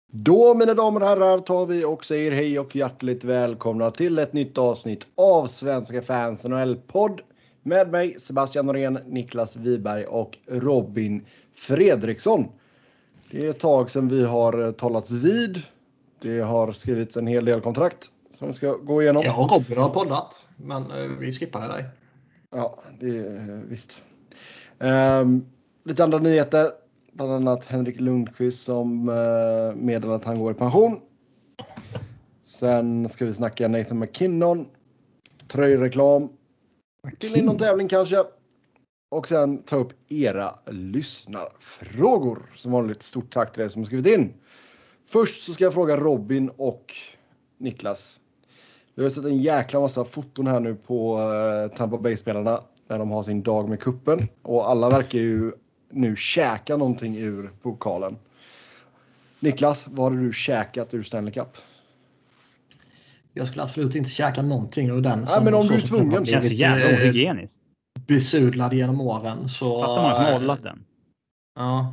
Då, mina damer och herrar, tar vi och säger hej och hjärtligt välkomna till ett nytt avsnitt av Svenska Fans NHL-podd med mig, Sebastian Norén, Niklas Wiberg och Robin Fredriksson. Det är ett tag sedan vi har talats vid. Det har skrivits en hel del kontrakt som vi ska gå igenom. Ja, Robin har poddat, men vi skippade dig. Ja, det är visst. Lite andra nyheter. Bland annat Henrik Lundqvist som meddelar att han går i pension. Sen ska vi snacka Nathan McKinnon. Tröjreklam. Till någon tävling kanske. Och sen ta upp era lyssnarfrågor. Som vanligt, stort tack till er som har skrivit in. Först så ska jag fråga Robin och Niklas. Vi har sett en jäkla massa foton här nu på Tampa Bay-spelarna. När de har sin dag med kuppen. Och alla verkar ju nu käka någonting ur pokalen. Niklas, vad har du käkat ur Stanley Cup? Jag skulle absolut inte käka någonting ur den. Nej, men om du är tvungen. Det känns så jävla ohygieniskt. Besudlad genom åren. Så, fattar man som har hållit den. Ja.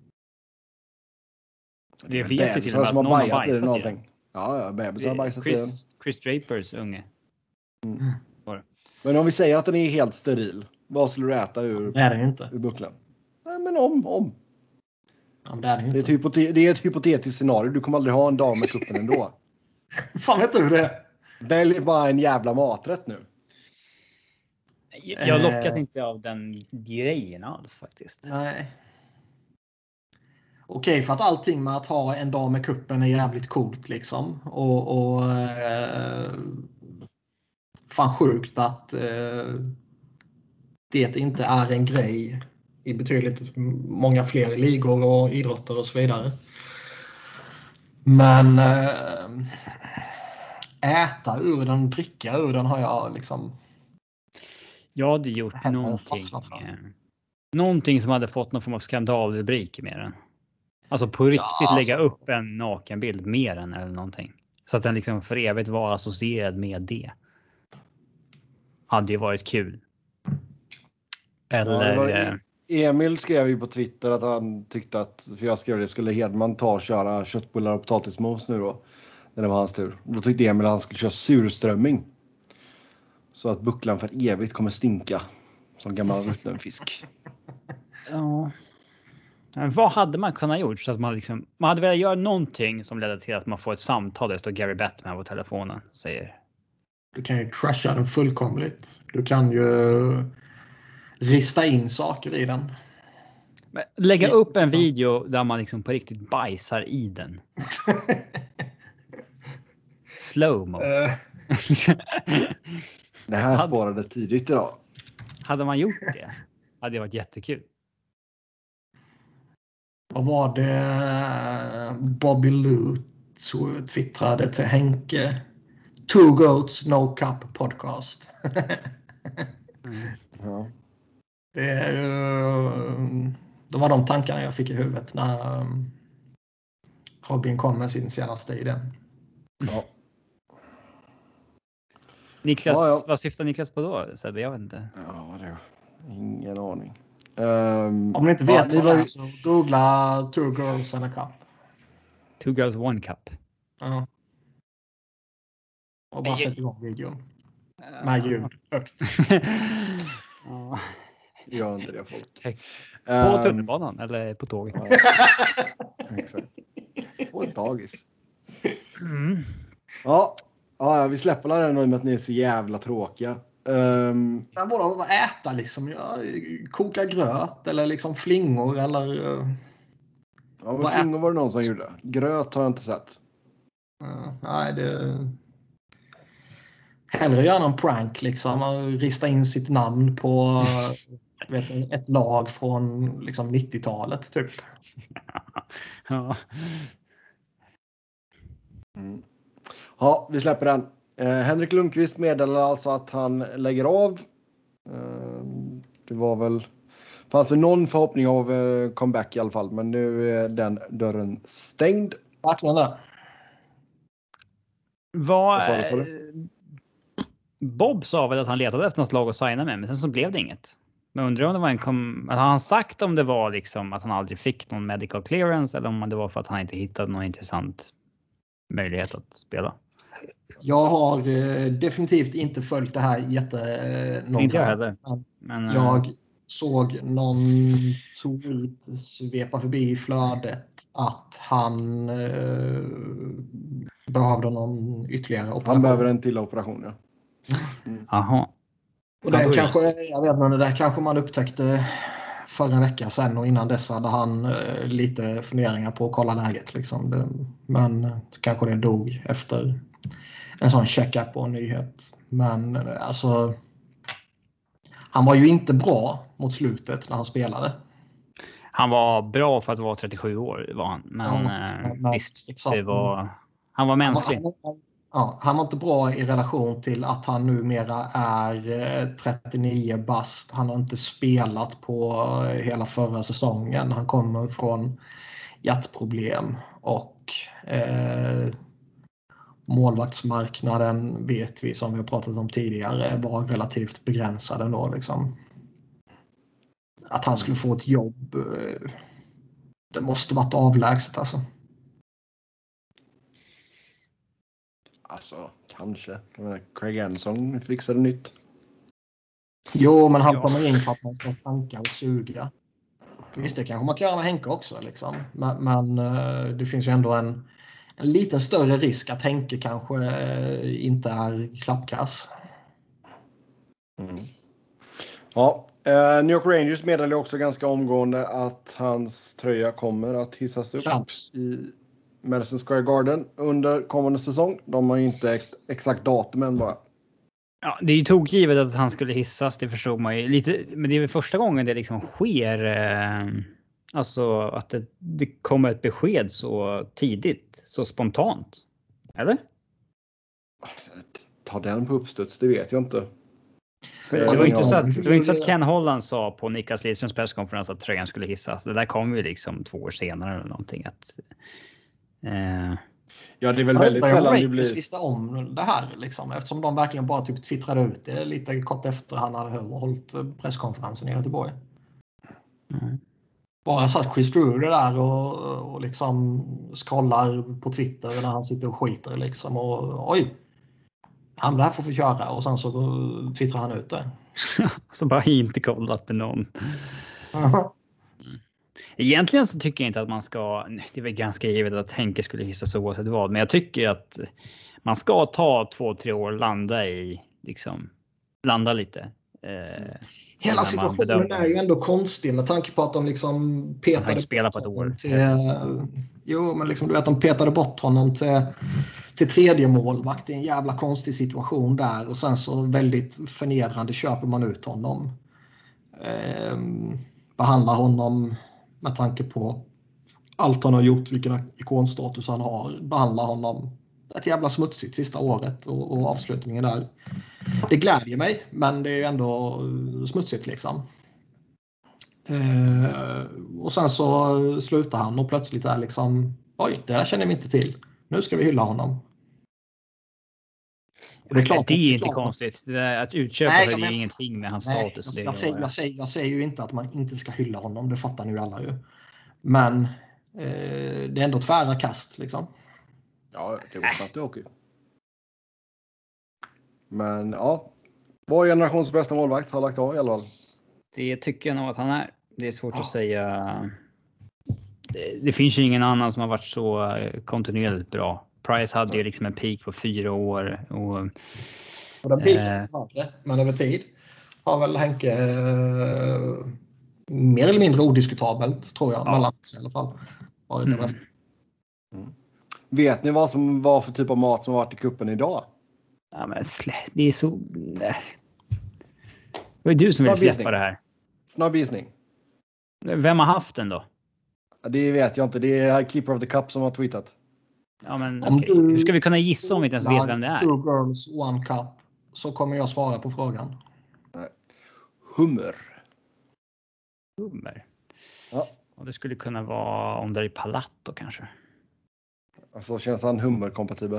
Det vet ju till och med att någon har bajsat i den. Ja, bebisar har bajsat i den. Chris Drapers unge. Mm. Men om vi säger att den är helt steril. Vad skulle du äta ur, det är den inte. Ur bucklan? Nej, men om. Ja, men det är den inte. Det är ett hypotetiskt scenario. Du kommer aldrig ha en dag med kuppen ändå. Fan vet du det? Välj bara en jävla maträtt nu. Jag lockas inte av den grejen alls faktiskt. Nej. Okej, för att allting med att ha en dag med kuppen är jävligt coolt liksom. Och fan sjukt att det inte är en grej i betydligt många fler ligor och idrotter och så vidare. Men äta ur den, dricka ur den har jag liksom... Jag hade gjort någonting som hade fått någon form av skandalrubrik med den. Alltså på riktigt lägga upp en nakenbild med den eller någonting. Så att den liksom för evigt var associerad med det. Hade ju varit kul. Eller... Emil skrev ju på Twitter att han tyckte att, för jag skrev det, skulle Hedman ta och köra köttbullar och potatismos nu då. När det var hans tur. Då tyckte Emil att han skulle köra surströmming. Så att bucklan för evigt kommer stinka. Som gammal rutten fisk. Ja. Men vad hade man kunnat gjort så att man liksom... Man hade velat göra någonting som ledde till att man får ett samtal där det står Gary Bettman på telefonen. Säger... Du kan ju trasha den fullkomligt. Du kan ju rista in saker i den. Men lägga upp en video där man liksom på riktigt bajsar i den. Slow-mo. Det här spårade tidigt idag. Hade man gjort det hade det varit jättekul. Vad var det Bobby Lou twittrade till Henke? Two Goats No Cup podcast. Ja. Det var de tankarna jag fick i huvudet när Robin kom med sin senaste idé. Ja. Niklas, vad syftar Niklas på då? Sebbe, jag vet inte. Ja, det är ingen aning. Om ni inte vet vad det är, så googla Two Girls and a Cup. Two Girls One Cup. Ja. Och bara sätt igång videon. Med ljud högt. Gör inte det, folk. På tunnelbanan eller på tåget. Ja. Exakt. På ett dagis. Ja, vi släpper den nu med att ni är så jävla tråkiga. Men vadå, vad äta liksom? Koka gröt eller liksom flingor eller... Ja, men flingor var det någon som gjorde. Gröt har jag inte sett. Nej, det... Hellre göra någon prank liksom. Rista in sitt namn på ett lag från liksom 90-talet typ. Ja. Ja, vi släpper den. Henrik Lundqvist meddelar alltså att han lägger av. Det var väl... fanns det någon förhoppning av comeback i alla fall. Men nu är den dörren stängd. Verkligen det. Vad sa du? Bob sa väl att han letade efter något lag att signa med. Men sen så blev det inget. Men undrar om det var har han sagt om det var liksom att han aldrig fick någon medical clearance eller om det var för att han inte hittade någon intressant möjlighet att spela? Jag har definitivt inte följt det här jättenoggrant. Inte jag heller. Men jag såg någon tweet svepa förbi i flödet att han behövde någon ytterligare operation. Han behöver en till operation, ja. Jaha. Och det kanske, jag vet inte, det där kanske man upptäckte för en vecka sedan och innan dess hade han lite funderingar på att kolla läget. Liksom. Men kanske det dog efter en sån check-up och en nyhet. Men alltså, han var ju inte bra mot slutet när han spelade. Han var bra för att vara 37 år var han. Men visst, det var, han var mänsklig. Han var inte bra i relation till att han numera är 39 bast. Han har inte spelat på hela förra säsongen. Han kommer från hjärtproblem och målvaktsmarknaden vet vi, som vi har pratat om tidigare, var relativt begränsad ändå. Liksom. Att han skulle få ett jobb, det måste varit avlägset alltså. Alltså, kanske. Craig Anderson fixade nytt. Jo, men han kommer in för att man ska tanka och suga. Visst, det kanske man kan göra med Henke också. Liksom. Men det finns ju ändå en lite större risk att Henke kanske inte är klappkass. Mm. Ja, New York Rangers meddelade också ganska omgående att hans tröja kommer att hissas upp i Madison Square Garden under kommande säsong. De har inte exakt datum än bara. Ja, det är ju tokgivet att han skulle hissas, det förstod man ju lite, men det är väl första gången det liksom sker, alltså att det kommer ett besked så tidigt, så spontant. Eller? Ta den på uppstuds, det vet jag inte. Det var inte så att Ken Holland sa på Niklas Lidströms presskonferens att tröjan skulle hissas. Det där kom ju liksom 2 år senare eller någonting. Ja, det är väl väldigt sällan det blir... Visste om det här liksom, eftersom de verkligen bara typ twittrade ut det lite kort efter han hade hållit presskonferensen i Göteborg. Bara så att Chris Drury där och liksom scrollar på Twitter när han sitter och skiter liksom och oj, det här får vi köra och sen så twittrar han ut det. Så bara inte kollat med någon. Egentligen så tycker jag inte att man ska, det är väl ganska givet att Henke skulle hissas oavsett vad, men jag tycker att man ska ta 2-3 år landa lite. Hela situationen är ju ändå konstig med tanke på att de liksom petade spela på ett år. Men liksom, du vet, de petade bort honom till tredje målvakt. Det är en jävla konstig situation där och sen så väldigt förnedrande köper man ut honom. Behandlar honom med tanke på allt han har gjort, vilken ikonstatus han har. Behandlar honom ett jävla smutsigt sista året och avslutningen där. Det glädjer mig, men det är ju ändå smutsigt liksom. Och sen så slutar han och plötsligt är liksom, oj, det där känner vi inte till. Nu ska vi hylla honom. Och det är klart, det är inte konstigt. Det där, att utköpa är ju ingenting med hans status. Jag säger ju inte att man inte ska hylla honom, det fattar nu alla ju. Men det är ändå tvära kast liksom. Ja, det var knappt okej. Men ja, vår generations bästa målvakt har lagt av i alla fall. Det tycker jag nog att han är. Det är svårt att säga. Det finns ju ingen annan som har varit så kontinuerligt bra. Price hade ju liksom en peak på 4 år. Och den peaken men över tid har väl Henke mer eller mindre odiskutabelt, tror jag. Mellan i alla fall. Varit det bästa. Vet ni vad som var för typ av mat som varit i kuppen idag? Ja, men det är så... Det är du som vill släppa det här. Snabb gissning. Vem har haft den då? Det vet jag inte. Det är Keeper of the Cup som har tweetat. Ja, men okej. Hur ska vi kunna gissa om vi inte ens vet vem det är? 2 girls, 1 cup. Så kommer jag svara på frågan. Nej. Hummer. Ja. Och det skulle kunna vara om det är Palatto kanske. Alltså känns han hummerkompatibel?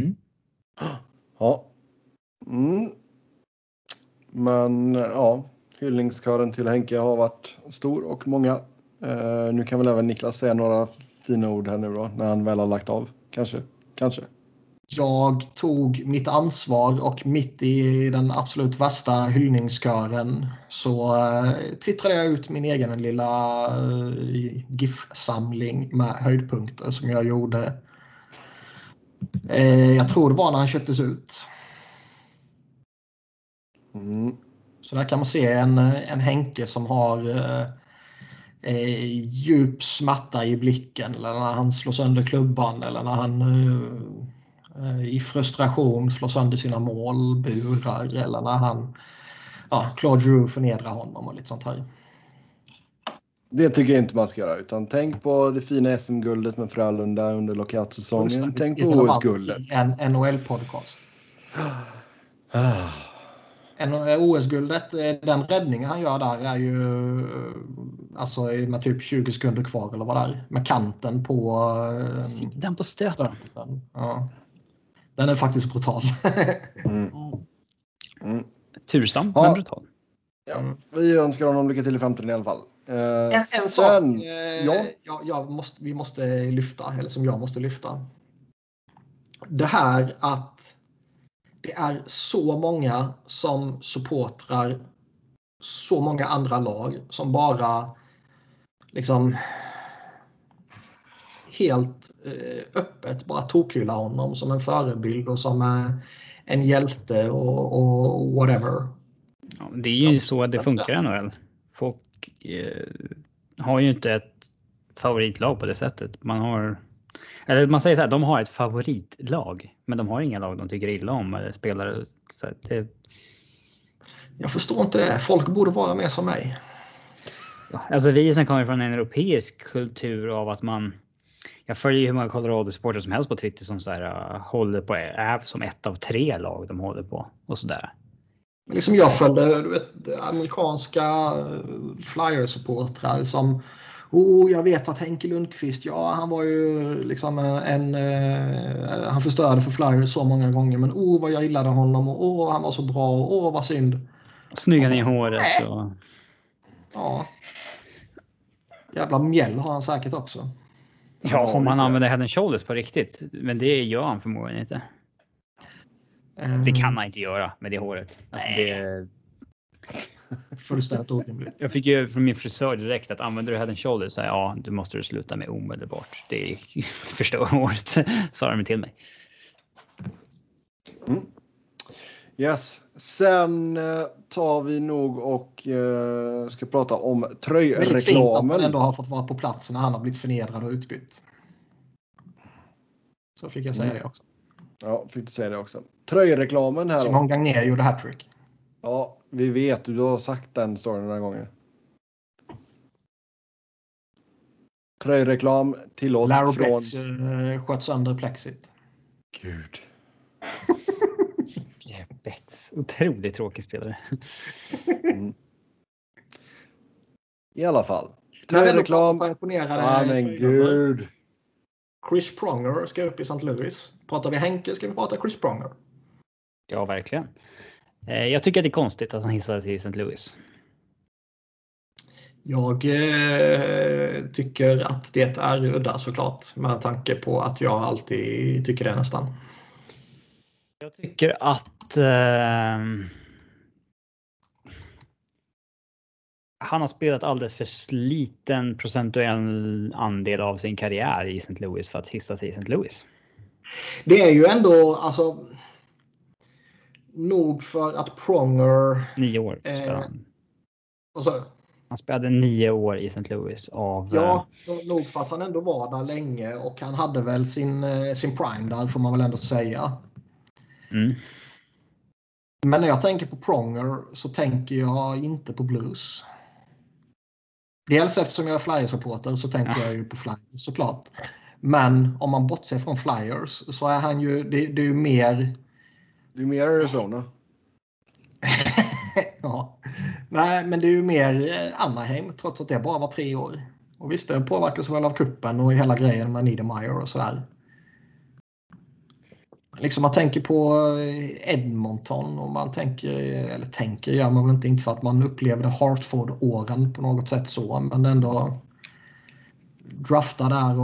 Mm. Ja. Men ja. Hyllningskören till Henke har varit stor och många. Nu kan väl även Niklas säga några fina ord här nu då, när han väl har lagt av. Kanske. Jag tog mitt ansvar och mitt i den absolut värsta hyllningskören så twittrade jag ut min egen lilla GIF-samling med höjdpunkter som jag gjorde. Jag tror det var när han köptes ut. Så där kan man se en Henke som har djup smatta i blicken, eller när han slår sönder klubban, eller när han i frustration slår sönder sina målburar, eller när han Claude Giroux förnedrar honom och lite sånt här. Det tycker jag inte man ska göra, utan tänk på det fina SM-guldet med Frölunda under lockout-säsongen. Tänk på OS-guldet. En NHL-podcast. OS-guldet, den räddningen han gör där är ju alltså med typ 20 sekunder kvar eller vad det är. Med kanten på sidan på stöten. Ja. Den är faktiskt brutal. Tursam, men brutal. Ja, vi önskar honom lycka till i framtiden i alla fall. En sak vi måste lyfta, eller som jag måste lyfta. Det här att det är så många som supportrar så många andra lag som bara liksom helt öppet bara tokhyllar honom som en förebild och som en hjälte och whatever. Ja, det är ju så att det funkar i NHL. Folk har ju inte ett favoritlag på det sättet. Man säger så här, de har ett favoritlag, men de har inga lag de tycker illa om eller spelare. Så Jag förstår inte det. Folk borde vara mer som mig. Alltså vi som kommer från en europeisk kultur av att jag följer ju hur många Colorado-supportrar som helst på Twitter som så här, håller på är som ett av 3 lag de håller på och sådär. Men liksom jag följde amerikanska Flyers-supportrar som jag vet att Henke Lundqvist, han var ju liksom han förstörde för Flyers så många gånger, men vad jag gillade honom och han var så bra och vad synd. Snyggan i håret och... Ja. Jävla mjäll har han säkert också. Ja, om han använder Head and Shoulders på riktigt, men det gör han förmodligen inte. Det kan han inte göra med det håret. Alltså det... Fullständigt orimligt. Jag fick ju från min frisör direkt att använder du Head and Shoulders så du måste sluta med omedelbart. Det förstör håret, sa de till mig. Yes. Sen tar vi nog och ska prata om tröjreklamen. Väldigt fint att man ändå har fått vara på plats när han har blivit förnedrad och utbytt. Så fick jag säga det också. Ja, fick du säga det också. Tröjreklamen här. Simon Gagné gjorde hattrick. Ja, vi vet. Du har sagt den storyn några gånger. Tröjreklam till oss Larry från... Betts sköt sönder plexit. Gud. Betts. Otroligt tråkig spelare. I alla fall. Tröjreklam. Men gud. Chris Pronger ska upp i St. Louis. Pratar vi Henke ska vi prata Chris Pronger. Ja, verkligen. Jag tycker att det är konstigt att han hissade till St. Louis. Jag tycker att det är udda såklart. Med tanke på att jag alltid tycker det nästan. Jag tycker att han har spelat alldeles för liten procentuell andel av sin karriär i St. Louis för att hissa sig i St. Louis. Det är ju ändå alltså nog för att Pronger 9 år. Han spelade 9 år i St. Louis av... Ja, nog för att han ändå var där länge och han hade väl sin prime där får man väl ändå säga. Men när jag tänker på Pronger så tänker jag inte på Blues. Dels eftersom jag är Flyers-supporter så tänker jag ju på Flyers såklart. Men om man bortser från Flyers så är han ju, det är ju mer... Det är mer Arizona. Ja. Nej, men det är ju mer Anaheim trots att det bara var 3 år. Och visst, det påverkas väl av kuppen och hela grejen med Niedermayer och sådär. Liksom man tänker på Edmonton och man tänker gör man väl inte för att man upplevde Hartford-åren på något sätt så, men ändå drafta där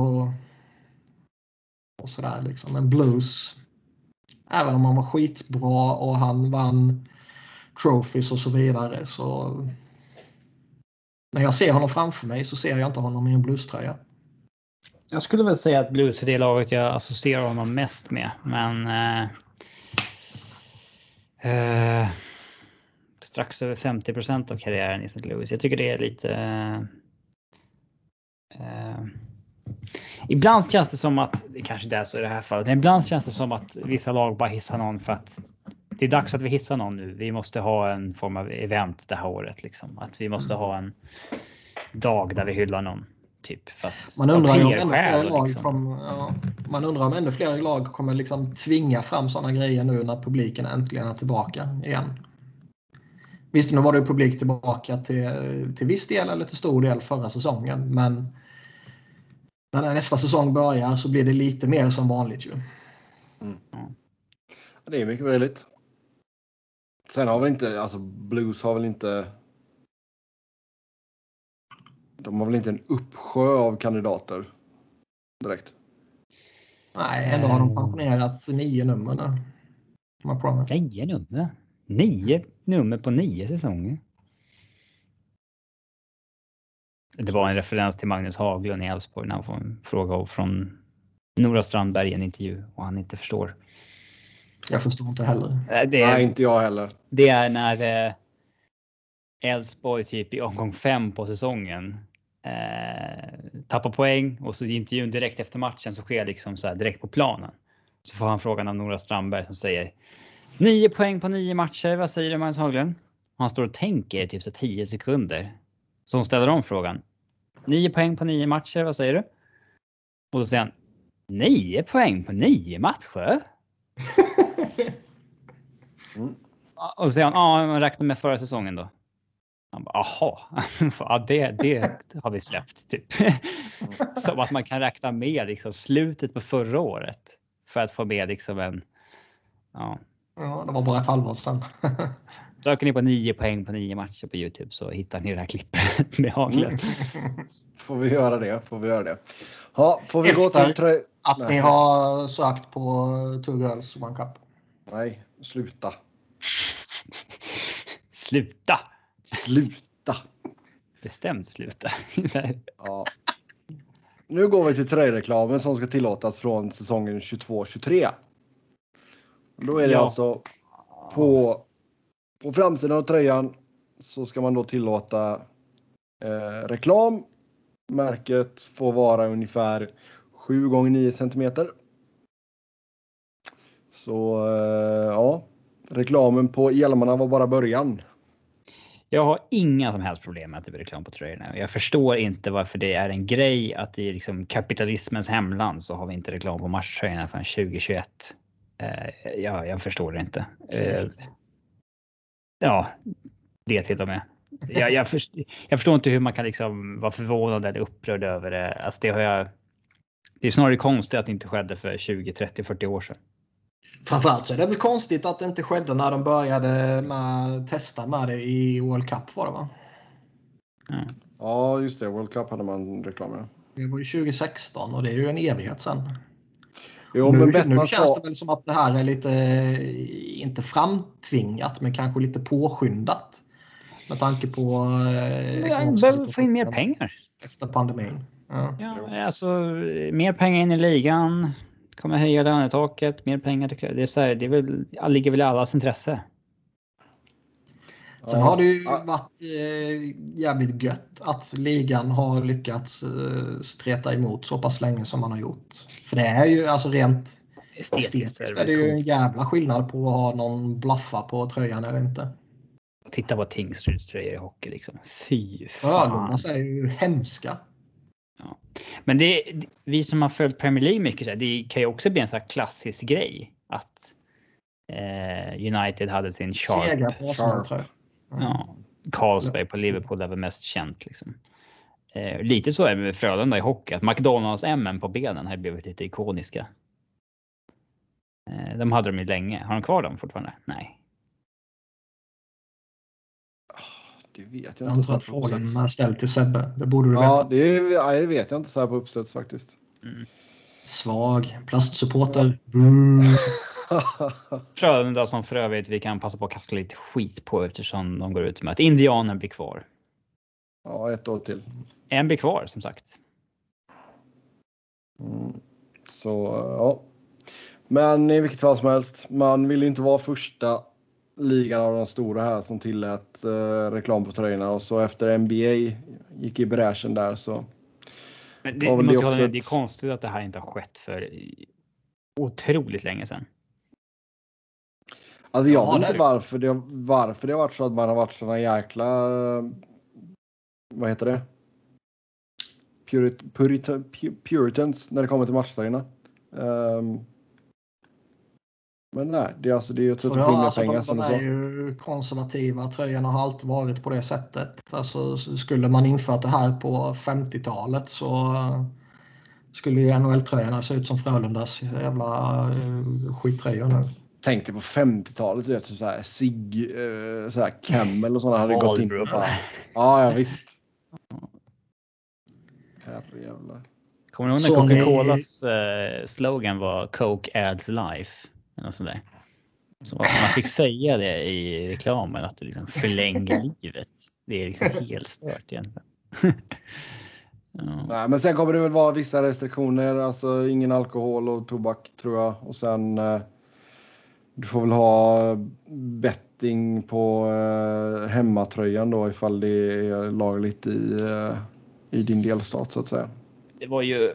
och sådär liksom. En Blues, även om han var skitbra och han vann trophies och så vidare, så när jag ser honom framför mig så ser jag inte honom i en Blues-tröja. Jag skulle väl säga att Blues är det laget jag associerar honom mest med. Men strax över 50% av karriären i St. Louis. Jag tycker det är lite... ibland känns det som att, det kanske inte är så i det här fallet, men ibland känns det som att vissa lag bara hissar någon för att det är dags att vi hissar någon nu. Vi måste ha en form av event det här året. Liksom. Att vi måste ha en dag där vi hyllar någon. Typ, för att man undrar ju om ännu fler lag kommer liksom tvinga fram sådana grejer nu när publiken äntligen är tillbaka igen. Visst, nu var det publik tillbaka till viss del eller till stor del förra säsongen, men när nästa säsong börjar så blir det lite mer som vanligt ju. Mm. Det är mycket möjligt. Sen har väl inte, alltså Blues har väl inte, de har väl inte en uppsjö av kandidater direkt. Nej, ändå har de pensionerat 9 nummer nu. 9 nummer? 9 nummer på 9 säsonger. Det var en referens till Magnus Haglund i Elfsborg när han får en fråga från Nora Strandberg i en intervju och han inte förstår. Jag förstår inte heller. Nej, inte jag heller. Det är när Elfsborg typ i omgång 5 på säsongen tappar poäng och så i intervjun direkt efter matchen så sker liksom så här direkt på planen. Så får han frågan av Nora Strandberg som säger 9 poäng på 9 matcher, vad säger du Magnus Haglund? Han står och tänker typ så 10 sekunder. Så hon ställer om frågan. 9 poäng på 9 matcher, vad säger du? Och då säger han 9 poäng på 9 matcher? Och så säger han, man räknar med förra säsongen då. Han bara, aha, ja, det har vi släppt typ. Som att man kan räkna med liksom slutet på förra året. För att få med liksom en, ja, det var bara ett halvår sedan. Söker ni på 9 poäng på 9 matcher på YouTube så hittar ni det här klippet med Haglund. Får vi göra det. Ja, får vi efter gå till att ni har sökt på Two Girls One Cup. Nej, sluta. Sluta. Bestämt sluta. Ja. Nu går vi till tröjreklamen som ska tillåtas från säsongen 22-23. Då är det alltså på framsidan av tröjan så ska man då tillåta reklam. Märket får vara ungefär 7x9 centimeter. Så ja, reklamen på hjälmarna var bara början. Jag har inga som helst problem med att det blir reklam på tröjorna. Jag förstår inte varför det är en grej att i liksom kapitalismens hemland så har vi inte reklam på matchtröjorna förrän 2021. Jag förstår det inte. Ja, det till och med. Jag förstår inte hur man kan liksom vara förvånad eller upprörd över det. Alltså det är snarare konstigt att det inte skedde för 20, 30, 40 år sedan. Framförallt så är det väl konstigt att det inte skedde när de började testa med det i World Cup var det va? Ja, just det. World Cup hade man reklam med. Det var ju 2016 och det är ju en evighet sedan. Jo, nu känns det väl som att det här är lite, inte framtvingat, men kanske lite påskyndat. Med tanke på få in mer pengar. Efter pandemin. Ja, alltså mer pengar in i ligan. Kommer höja lönetaket, mer pengar till det är så här, det ligger väl i allas intresse. Sen har det ju varit jävligt gött att ligan har lyckats streta emot så pass länge som man har gjort. För det är ju alltså rent estetiskt är det ju en jävla skillnad på att ha någon blaffa på tröjan eller inte. Titta på Tingsryds tröjor i hockey liksom. Fy fan. Ögonen är ju hemska. Ja. Men vi som har följt Premier League mycket så här, det kan ju också bli en sån här klassisk grej att United hade sin Sharp. Ja, Carlsberg på Liverpool är väl mest känt liksom. Lite så är det med Frölunda i hockey att McDonalds MM på benen har blivit lite ikoniska. De hade de ju länge. Har de kvar dem fortfarande? Nej. Det vet jag Jag inte. antar att frågan är ställd till Sebbe. Det borde du veta. Det vet jag inte så här på uppstöds faktiskt. Svag. Plastsupporter. Frölunda som för övrigt vi kan passa på att kasta lite skit på eftersom de går ut med att indianen blir kvar. Ja, 1 år till. En blir kvar som sagt. Så ja. Men i vilket fall som helst. Man vill inte vara första ligan av de stora här som tillät reklam på tröjorna. Och så efter NBA gick i bräschen där så. Men det är konstigt att det här inte har skett för otroligt länge sedan. Alltså jag vet inte varför det har varit så att man har varit såna jäkla vad heter det? Puritans när det kommer till matchtröjorna. Men nej, det är ju att sätta fina pengar som de är ju konservativa. Tröjorna har alltid varit på det sättet. Alltså skulle man infört det här på 50-talet så skulle ju NHL-tröjorna se ut som Frölundas jävla skittröjor nu. Tänkte på 50-talet, du vet, så här så här Camel och sådana hade gått in och bara. Ja, visst. Herrejävlar. Kommer du ihåg när Coca-Colas slogan var Coke adds life eller sånt där? Så man fick säga det i reklamen att det liksom förlänger livet. Det är liksom helt stört egentligen. Ja. Nej, men sen kommer det väl vara vissa restriktioner, alltså ingen alkohol och tobak tror jag. Och sen du får väl ha betting på hemmatröjan då ifall det är lagligt i din delstat så att säga. Det var ju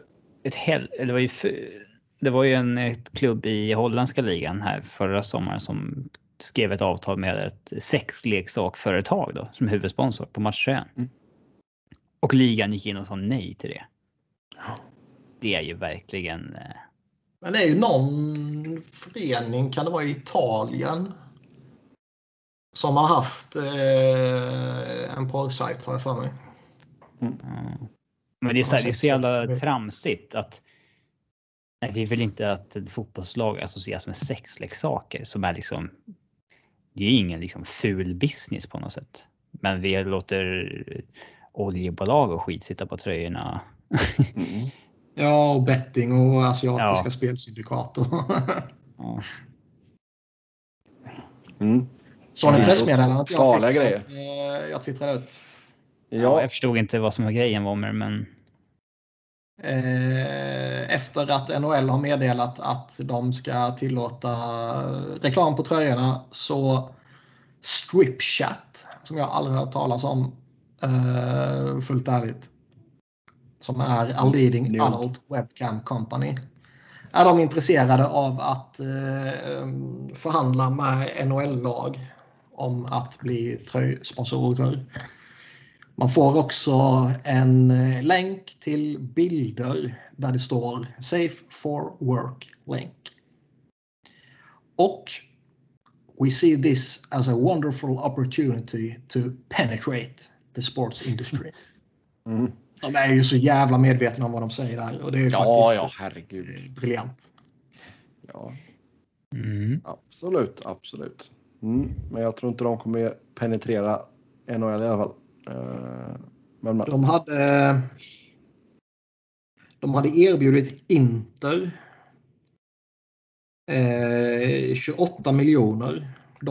det var ju en klubb i holländska ligan här förra sommaren som skrev ett avtal med ett sexleksakföretag då som huvudsponsor på matchen. Och ligan gick in och sa nej till det. Det är ju verkligen. Men det är ju någon förening, kan det vara i Italien, som har haft en porrsajt har jag för mig. Men det är så jävla tramsigt att vi vill inte att ett fotbollslag associeras med sexleksaker som är liksom, det är ingen liksom ful business på något sätt. Men vi låter oljebolag och skit sitta på tröjorna. Ja, och betting och asiatiska spelsyndikat. Ja. Så ni pressmeddelandet jag twittrade ut. Ja, jag förstod inte vad som var grejen var med, men efter att NHL har meddelat att de ska tillåta reklam på tröjorna så Stripchat, som jag aldrig hört talas om fullt ärligt, som är a leading adult webcam company, är de intresserade av att förhandla med NHL-lag om att bli tröjsponsorer. Man får också en länk till bilder där det står Safe for Work länk. Och we see this as a wonderful opportunity to penetrate the sports industry. De är ju så jävla medvetna om vad de säger där. Och det är faktiskt herregud. Briljant. Ja. Absolut. Men jag tror inte de kommer penetrera NHL i alla fall. Men. De hade erbjudit Inter $28 miljoner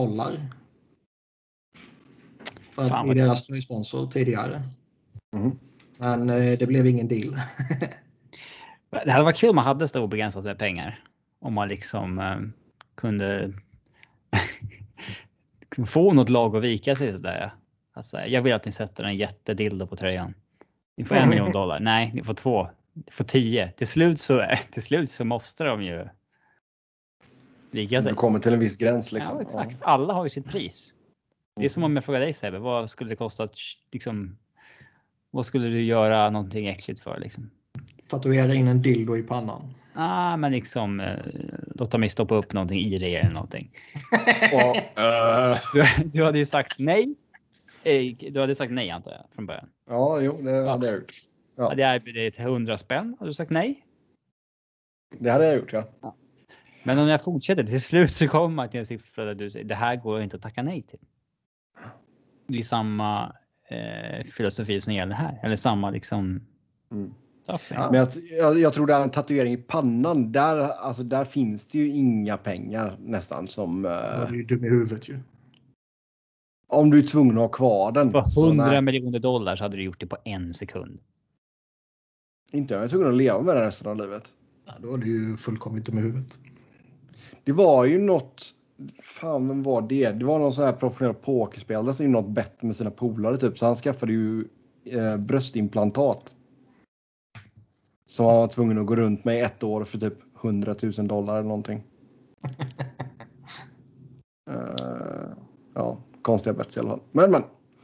för att bli deras tröjsponsor tidigare. Men det blev ingen deal. Det hade varit kul om man hade så obegränsat med pengar. Om man liksom kunde få något lag att vika sig sådär. Alltså, jag vill att ni sätter en jättedildo på tröjan. Ni får $1 miljon. Nej, ni får 2. Ni får 10. Till slut så måste de ju vika sig. Du kommer till en viss gräns liksom. Ja, exakt. Alla har ju sitt pris. Det är som om jag frågar dig Sebbe, vad skulle det kosta att liksom, vad skulle du göra någonting äckligt för liksom? Tatuera in en dildo i pannan. Men liksom låta mig stoppa upp någonting i det eller någonting. Och, du hade ju sagt nej. Du hade sagt nej antar jag från början. Ja, jo, det hade jag gjort. Hade jag erbjudit 100 spänn? Hade du sagt nej? Det hade jag gjort, ja. Men om jag fortsätter till slut så kommer man till en siffra där du säger det här går inte att tacka nej till. Det är samma filosofi som gäller här. Eller samma liksom. Ja. Men jag tror det är en tatuering i pannan. Där finns det ju inga pengar nästan som... Då är du dum i huvudet ju. Om du är tvungen att ha kvar den. För 100 miljoner dollar så hade du gjort det på 1 sekund. Inte jag är tvungen att leva med det resten av livet. Ja, då är du ju fullkomligt dum i huvudet. Det var ju något... Fan, vem var det? Det var någon sån här professionell pokerspelare som gjorde något bett med sina polare typ. Så han skaffade ju bröstimplantat. Så han var tvungen att gå runt med 1 år för typ 100 000 dollar eller någonting. Ja, konstiga bets i alla fall. Men.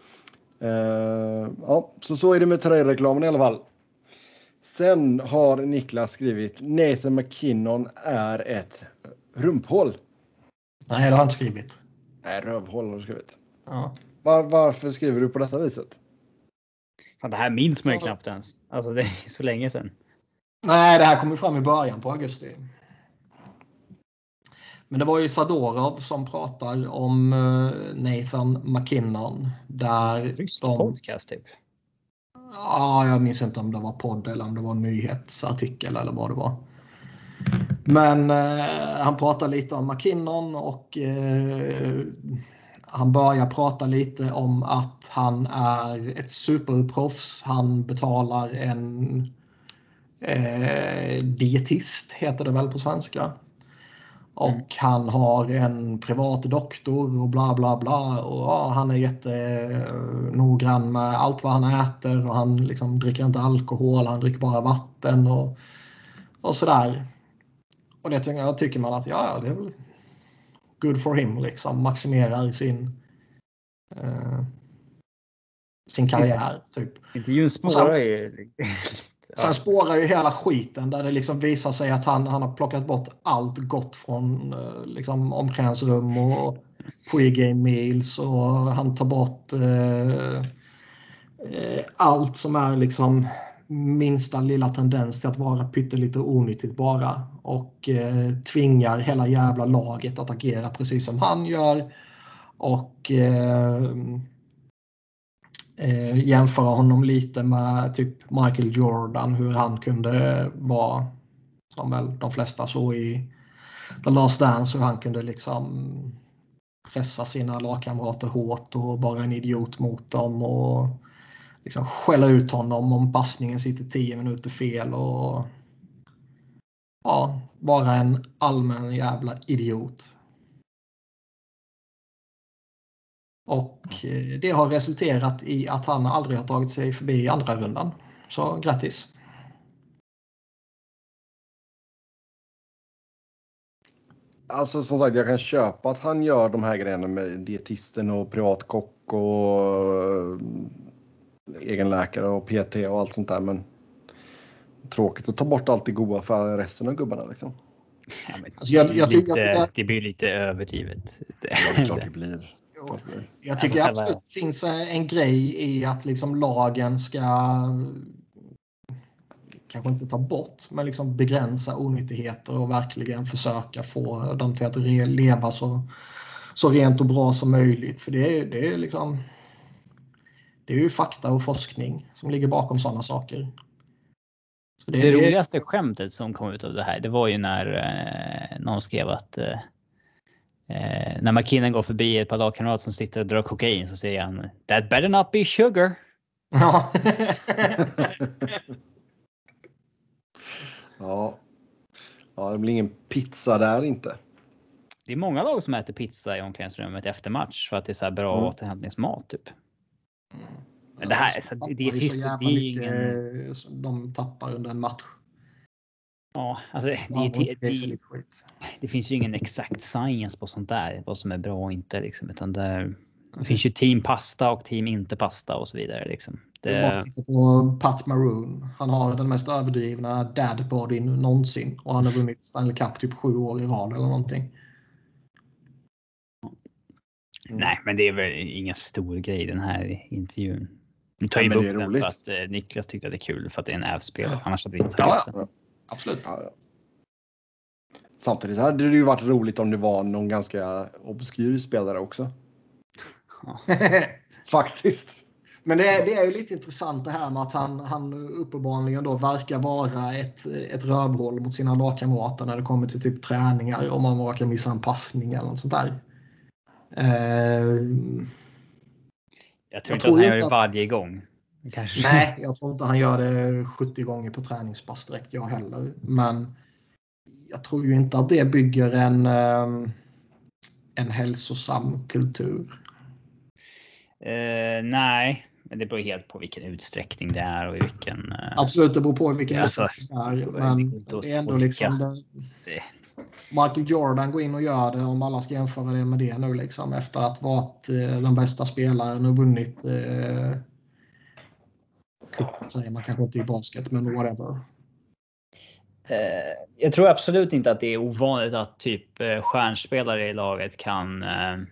Ja, så är det med tröjreklamen i alla fall. Sen har Niklas skrivit Nathan McKinnon är ett rumphål. Nej, det har han inte skrivit. Nej, rövhål har du skrivit. Ja. Varför skriver du på detta viset? Fan, det här minns man ju knappt ens. Alltså det är så länge sedan. Nej, det här kom ju fram i början på augusti. Men det var ju Sadorov som pratar om Nathan McKinnon. Där podcast typ. Ja, jag minns inte om det var podd eller om det var en nyhetsartikel eller vad det var. Men han pratar lite om McKinnon och han börjar prata lite om att han är ett superproffs. Han betalar en dietist, heter det väl på svenska. Och han har en privat doktor och bla bla bla. Och ja, han är jättenoggrann med allt vad han äter. Och han liksom dricker inte alkohol, han dricker bara vatten och sådär. Och det tycker man att ja, det är väl good for him liksom. Maximerar sin karriär typ. Intervjun spårar ju. Sen spårar ju hela skiten där det liksom visar sig att han har plockat bort allt gott från liksom omklädningsrum och pre-game meals och han tar bort allt som är liksom minsta lilla tendens till att vara pyttelite onyttigt bara och tvingar hela jävla laget att agera precis som han gör och jämföra honom lite med typ Michael Jordan, hur han kunde vara som väl de flesta så i The Last Dance, hur han kunde liksom pressa sina lagkamrater hårt och vara en idiot mot dem och liksom skälla ut honom om passningen sitter 10 minuter fel och ja, vara en allmän jävla idiot. Och det har resulterat i att han aldrig har tagit sig förbi andra rundan. Så grattis. Alltså som sagt, jag kan köpa att han gör de här grejerna med dietisten och privatkock och egen läkare och PT och allt sånt där. Men tråkigt att ta bort allt det goda för resten av gubbarna liksom. Ja, men alltså, det blir lite överdrivet. Ja, det är klart det blir. Jag tycker absolut det finns en grej i att liksom lagen ska kanske inte ta bort men liksom begränsa onyttigheter och verkligen försöka få dem till att leva så rent och bra som möjligt. För det är liksom det är ju fakta och forskning som ligger bakom sådana saker. Så det roligaste skämtet som kom ut av det här, det var ju när någon skrev att när McKinnon går förbi ett par lagkamrater som sitter och drar kokain så säger han that better not be sugar. Ja. Ja, det blir ingen pizza där inte. Det är många lag som äter pizza i omklädningsrummet efter match för att det är så här bra återhämtningsmat typ. Men det här så det är så ingen... de tappar under en match. Ja, alltså det finns ju ingen exakt science på sånt där, vad som är bra och inte liksom, utan det finns ju team pasta och team inte pasta och så vidare liksom. Det är bara att titta på Pat Maroon. Han har den mest överdrivna dad bodyn någonsin och han har vunnit Stanley Cup typ 7 år i rad eller någonting. Nej, men det är väl ingen stor grej den här intervjun. Nu tar ju upp den för att Niklas tyckte att det är kul för att det är en ävspelare. Annars hade vi inte tagit den. Absolut. Ja. Samtidigt hade det ju varit roligt om det var någon ganska obskyr spelare också. Ja. Faktiskt. Men det är ju lite intressant det här med att han uppenbarligen då verkar vara ett rövhål mot sina lagkamrater när det kommer till typ träningar, om man råkar missa en passning eller något sånt där. Jag tror inte att han gör det varje gång. Kanske. Nej, jag tror inte han gör det 70 gånger på träningspass direkt, jag heller. Men jag tror ju inte att det bygger en hälsosam kultur. Nej, men det beror helt på vilken utsträckning det är och i vilken... Absolut, det beror på vilken utsträckning det är. Men det är ändå liksom... Michael Jordan går in och gör det, om alla ska jämföra det med det nu liksom, efter att varit den bästa spelaren och vunnit säger man kanske inte i basket, men whatever. Jag tror absolut inte att det är ovanligt att typ stjärnspelare i laget kan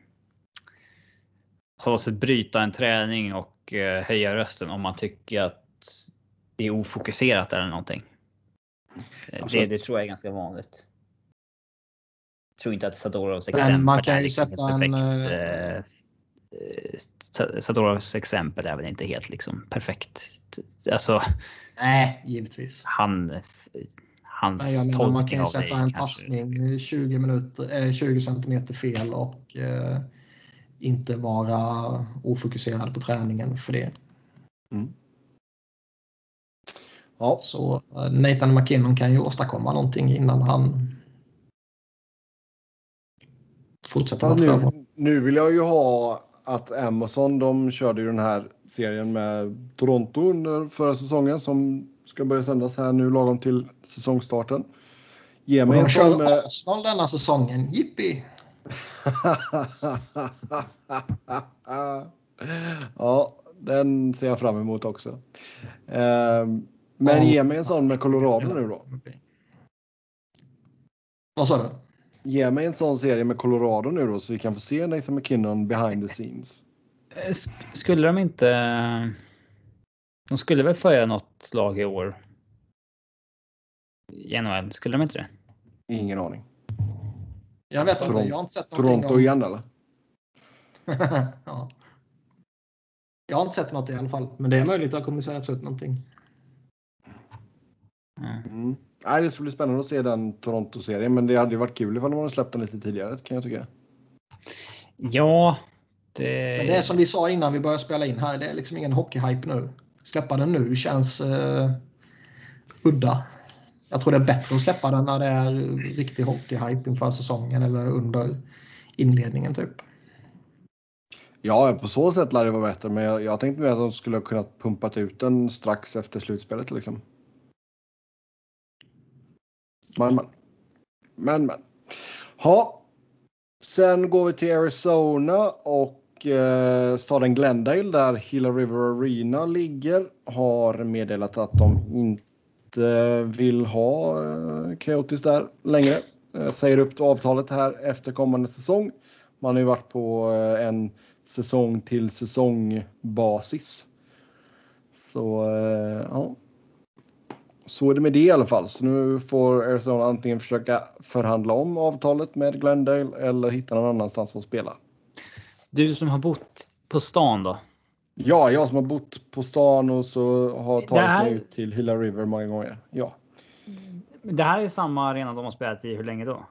bryta en träning och höja rösten om man tycker att det är ofokuserat eller någonting. Det tror jag är ganska vanligt. Jag tror inte att Sadorovs exempel man kan är ju liksom sätta perfekt. Sadorovs exempel är väl inte helt liksom perfekt. Alltså, nej, givetvis. Hans man kan ju sätta en passning 20 centimeter fel och inte vara ofokuserad på träningen för det. Mm. Ja. Så Nathan McKinnon kan ju åstadkomma någonting innan han fortsätter. Nu vill jag ju ha att Amazon, de körde ju den här serien med Toronto under förra säsongen som ska börja sändas här nu lagom till säsongstarten. Ge mig de kör Arsenal denna säsongen, jippi! Ja, den ser jag fram emot också. Men ge mig en sån med Colorado nu då. Vad sa du? Ge mig en sån serie med Colorado nu då så vi kan få se Nathan McKinnon behind the scenes. Skulle de inte... De skulle väl följa något lag i år? I NHL, skulle de inte det? Ingen aning. Jag vet inte, jag har inte sett någonting Toronto igen eller? Ja. Jag har inte sett något i alla fall, men det är möjligt att det kommer sägas ut någonting. Mm. Nej, det skulle bli spännande att se den Toronto-serien, men det hade ju varit kul ifall de hade släppt den lite tidigare, kan jag tycka. Ja, men det är som vi sa innan vi började spela in här, det är liksom ingen hockey-hype nu. Släppa den nu känns udda. Jag tror det är bättre att släppa den när det är riktig hockey-hype inför säsongen eller under inledningen typ. Ja, på så sätt lär det vara bättre, men jag tänkte mig att de skulle ha kunnat pumpat ut den strax efter slutspelet liksom. Men. Ja. Sen går vi till Arizona och staden Glendale där Gila River Arena ligger har meddelat att de inte vill ha Coyotes där längre. Säger upp avtalet här efter kommande säsong. Man har ju varit på en säsong till säsongbasis. Så ja. Så är det med det i alla fall. Så nu får Arizona antingen försöka förhandla om avtalet med Glendale eller hitta någon annanstans att spela. Du som har bott på stan då? Ja, jag som har bott på stan och så har tagit mig ut till Gila River många gånger. Ja. Det här är samma arena de har spelat i hur länge då?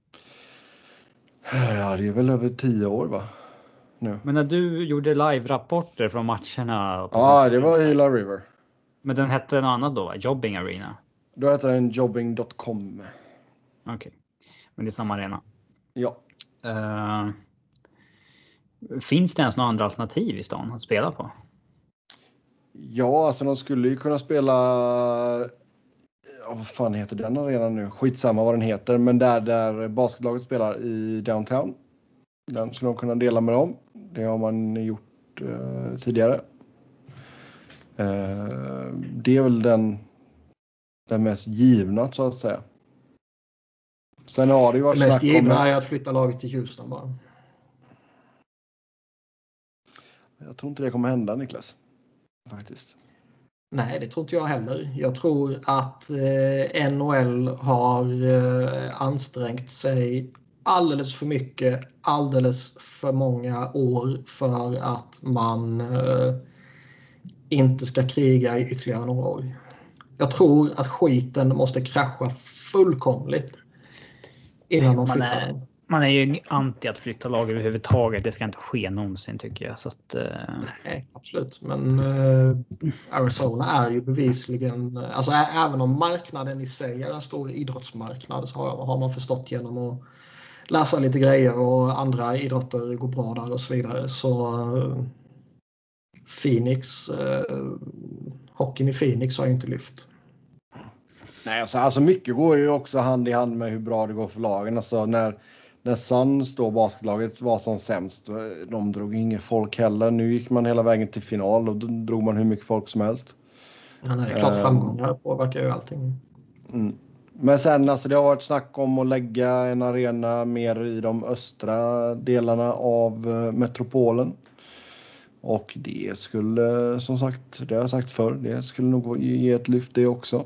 Ja, det är väl över 10 år va? Nu. Men när du gjorde live-rapporter från matcherna? Ja, det var Gila River. Men den hette något annat då? Jobbing Arena? Då heter den jobbing.com. Okej. Men det är samma arena? Ja. Finns det ens några andra alternativ i stan att spela på? Ja, alltså de skulle ju kunna spela... vad fan heter den arenan nu? Skitsamma vad den heter. Men där basketlaget spelar i downtown. Den skulle de kunna dela med dem. Det har man gjort tidigare. Det är väl den mest givna så att säga. Sen har det ju varit det mest givna är att flytta laget till Houston bara. Jag tror inte det kommer hända, Niklas. Faktiskt. Nej, det tror inte jag heller. Jag tror att NHL har ansträngt sig alldeles för mycket, alldeles för många år för att man inte ska kriga i ytterligare några år. Jag tror att skiten måste krascha fullkomligt innan de flyttar den. Man är ju anti att flytta lag överhuvudtaget. Det ska inte ske någonsin tycker jag. Så att, Nej, absolut. Men Arizona är ju bevisligen... Alltså även om marknaden i sig är en stor idrottsmarknad så har man förstått genom att läsa lite grejer och andra idrotter går bra där och så vidare. Så Phoenix, hockeyn i Phoenix har ju inte lyft. Nej, alltså mycket går ju också hand i hand med hur bra det går för lagen. Alltså när Suns då basketlaget var som sämst, de drog ingen folk heller. Nu gick man hela vägen till final och då drog man hur mycket folk som helst. Ja, det är klart framgångar påverkar ju allting. Men sen alltså det har varit snack om att lägga en arena mer i de östra delarna av metropolen. Och det skulle, som sagt, det har jag sagt förr, det skulle nog ge ett lyft det också.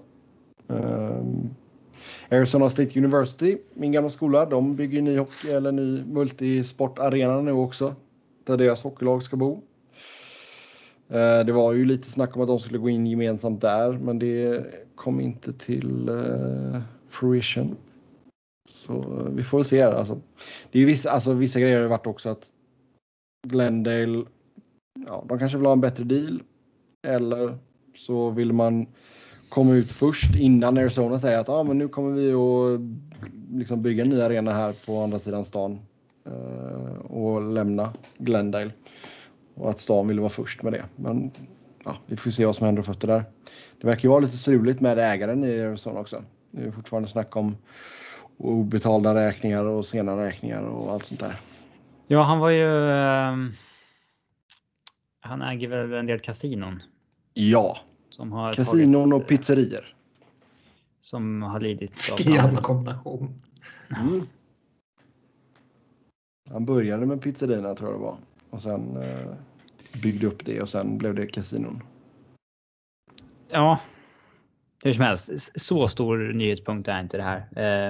Arizona State University, min gamla skola, de bygger ny multisportarena nu också. Där deras hockeylag ska bo. Det var ju lite snack om att de skulle gå in gemensamt där, men det kom inte till fruition. Så vi får väl se här. Alltså, det är ju vissa grejer har varit också att Glendale, ja, de kanske vill ha en bättre deal. Eller så vill man komma ut först innan Arizona säger att men nu kommer vi att liksom bygga en ny arena här på andra sidan stan och lämna Glendale. Och att stan ville vara först med det. Men ja, vi får se vad som händer fötter där. Det verkar ju vara lite struligt med ägaren i Arizona också. Det är fortfarande snack om obetalda räkningar och sena räkningar och allt sånt där. Ja, han var ju... han äger väl en del kasinon. Ja, som har kasinon och pizzerier. Som har lidit av... Jävla kombination. Han började med pizzerierna tror jag det var. Och sen byggde upp det och sen blev det kasinon. Ja, hur som helst. Så stor nyhetspunkt är inte det här.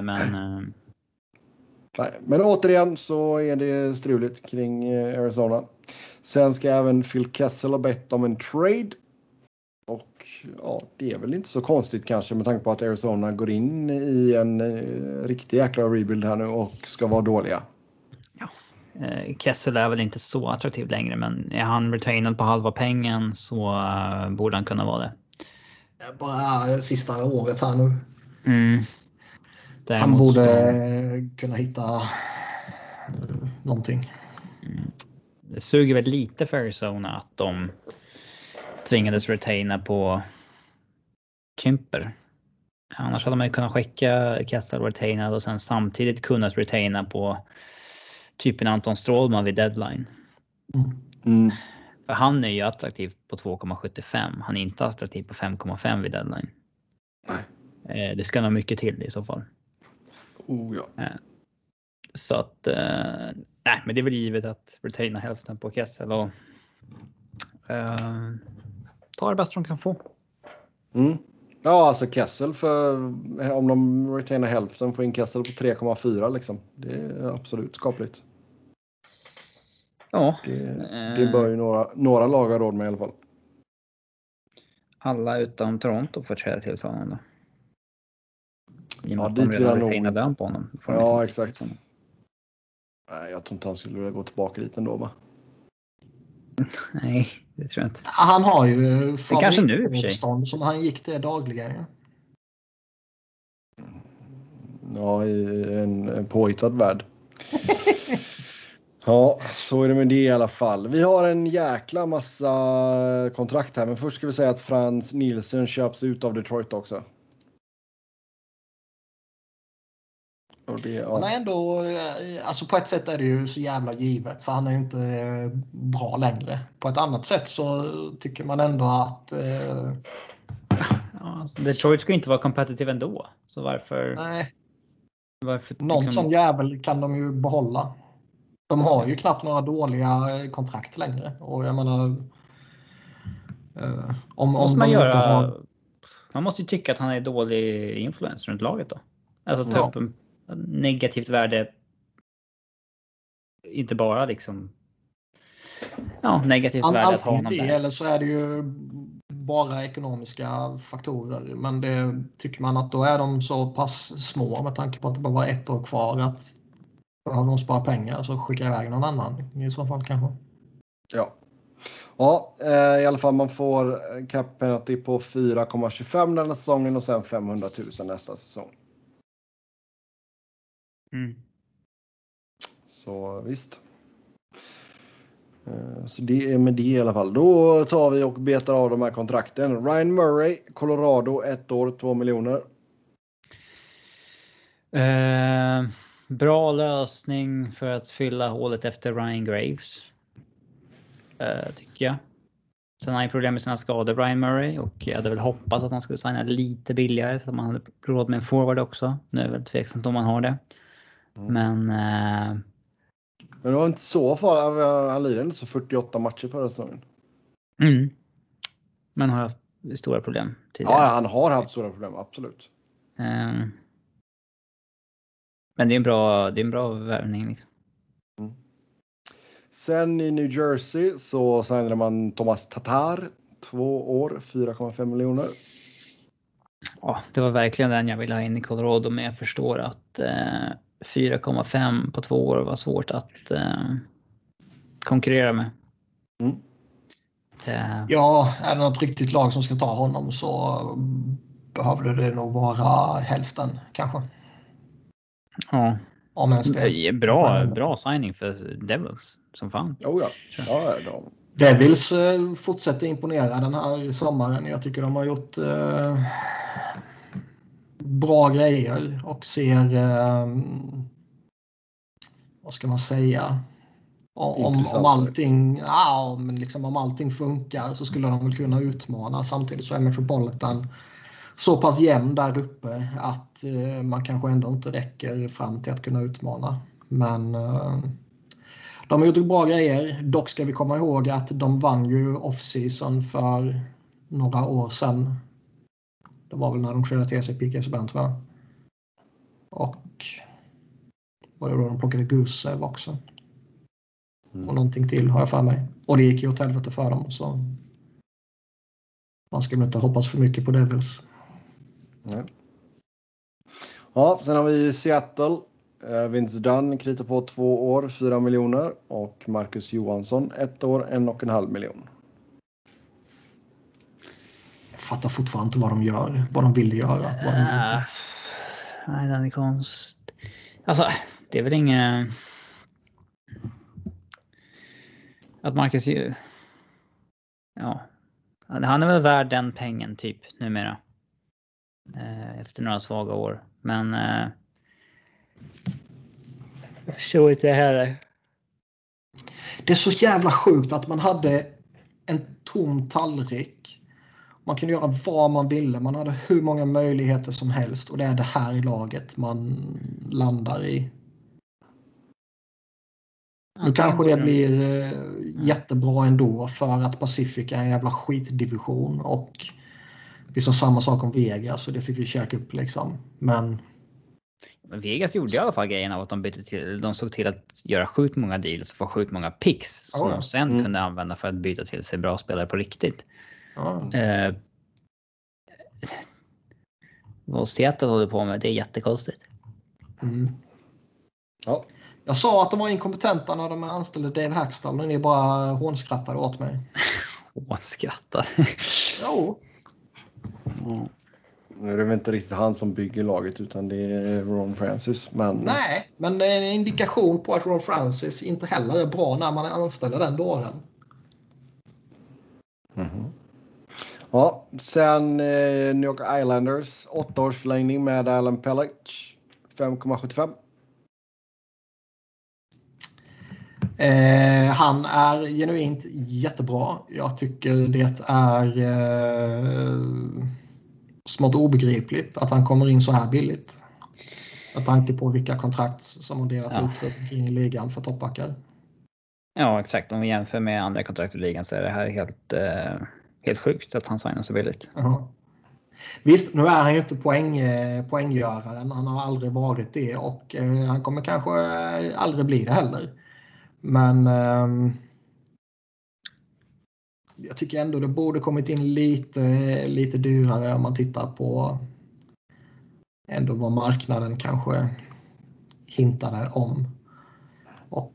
Nej, men återigen så är det struligt kring Arizona. Sen ska även Phil Kessel ha bett om en trade. Och ja, det är väl inte så konstigt kanske med tanke på att Arizona går in i en riktig jäkla rebuild här nu och ska vara dåliga. Kessel är väl inte så attraktiv längre, men är han retainad på halva pengen så borde han kunna vara det. Bara sista året här nu. Däremot han borde kunna hitta någonting. Det suger väl lite för Arizona att de tvingades retaina på Kymper. Annars hade man ju kunnat skicka Kessel retainad och sen samtidigt kunnat retaina på typen Anton Strålman vid deadline. För han är ju attraktiv på 2,75. Han är inte attraktiv på 5,5 vid deadline. Det ska nog mycket till i så fall. Ja. Så att nej, men det är väl givet att retaina hälften på Kessel och ta det bästa de kan få. Ja, alltså Kessel om de retainar hälften får in Kessel på 3,4 liksom. Det är absolut skapligt. Ja. Det bör ju några lag ha råd med i alla fall. Alla utom Toronto får träda till honom då. I och med Ja, att de redan retainade den på honom. Ja, exakt. Nej, jag tror inte han skulle vilja gå tillbaka dit ändå, va? Nej, det tror jag inte. Han har ju favoritmotstånd som han gick till dagligen. Ja, i en påhittad värld. Ja, så är det med det i alla fall. Vi har en jäkla massa kontrakt här. Men först ska vi säga att Frans Nielsen köps ut av Detroit också. Och det, ja. Han är ändå, alltså på ett sätt är det ju så jävla givet. För han är ju inte bra längre. På ett annat sätt så tycker man ändå att... alltså Detroit ska inte vara competitive ändå. Så varför... Nej. Varför någon sån jävel kan de ju behålla. De har ju knappt några dåliga kontrakt längre. Och jag menar... Måste man göra... Man måste ju tycka att han är dålig influencer runt laget då. Alltså ta upp en negativt värde. Inte bara liksom... Ja, negativt värde att ha honom där. Eller så är det ju bara ekonomiska faktorer. Men det tycker man att då är de så pass små med tanke på att det bara var 1 år kvar att behöver de spara pengar så skicka iväg någon annan i så fall kanske. Ja, i alla fall man får cap penalty på 4,25 den här säsongen och sen 500 000 nästa säsong. Så visst. Så det är med det i alla fall. Då tar vi och betar av de här kontrakten. Ryan Murray, Colorado, 1 år, 2 miljoner. Bra lösning för att fylla hålet efter Ryan Graves. Tycker jag. Sen har han problem med sina skador, Ryan Murray. Och jag hade väl hoppats att han skulle signa lite billigare så att man hade råd med en forward också. Nu är det väl tveksamt om man har det. Men det var inte så farligt. Han lirade inte så 48 matcher förra säsongen. Men har haft stora problem tidigare. Ja, han har haft stora problem, absolut. Men det är en bra värvning liksom. Sen i New Jersey så signade man Thomas Tatar, 2 år, 4,5 miljoner. Ja, det var verkligen den jag ville ha in i Colorado, men jag förstår att 4,5 på 2 år var svårt att konkurrera med. Ja, är det något riktigt lag som ska ta honom så behövde det nog vara hälften kanske. Ja. Om ens det. Bra signing för Devils som fan. Devils fortsätter imponera den här sommaren. Jag tycker de har gjort bra grejer och ser vad ska man säga om allting men liksom om allting funkar så skulle de väl kunna utmana. Samtidigt så är Metropolitan så pass jämn där uppe att man kanske ändå inte räcker fram till att kunna utmana. Men de har gjort bra grejer. Dock ska vi komma ihåg att de vann ju off-season för några år sedan. Det var väl när de trädde till sig P.K. Subban, tror jag. Och var det då de plockade Gusev också. Och någonting till har jag för mig. Och det gick ju åt helvete för dem. Så man ska väl inte hoppas för mycket på Devils. Nej. Ja, sen har vi Seattle. Vince Dunn kritar på 2 år, 4 miljoner. Och Marcus Johansson, 1 år, 1,5 miljon. Jag fattar fortfarande inte vad de gör. Vad de vill göra. Nej, den är konst. Alltså, det är väl inget... Att Marcus... Ja. Han är väl värd den pengen typ numera. Efter några svaga år. Men... jag förstår inte det här. Det är så jävla sjukt att man hade en tom tallrik. Man kunde göra vad man ville. Man hade hur många möjligheter som helst. Och det är det här i laget man landar i. Nu kanske det blir jättebra ändå för att Pacific är en jävla skitdivision. Och vi sa samma sak om Vegas och det fick vi käka upp liksom. Men Vegas gjorde i alla fall grejen av att de såg till att göra sjukt många deals och få sjukt många picks som de sen kunde använda för att byta till sig bra spelare på riktigt. Vad Seattle håller på med, det är jättekonstigt. Ja. Jag sa att de var inkompetenta när de anställde Dave Hackstall och ni bara hånskrattade åt mig. Hånskrattade? Jo. Nu är det väl inte riktigt han som bygger laget utan det är Ron Francis. Nej, men det är en indikation på att Ron Francis inte heller är bra när man anställer den dåren. Ja, sen New York Islanders 8 års förlängning med Alan Pelech 5,75. Han är genuint jättebra. Jag tycker det är smått obegripligt att han kommer in så här billigt. Med tanke på vilka kontrakt som har delat ut kring ligan för toppbackar. Ja, exakt. Om vi jämför med andra kontrakt i ligan så är det här helt Helt sjukt att han signar så billigt. Uh-huh. Visst, nu är han ju inte poänggöraren. Han har aldrig varit det och han kommer kanske aldrig bli det heller. Men jag tycker ändå det borde kommit in lite dyrare om man tittar på ändå vad marknaden kanske hintade om. Och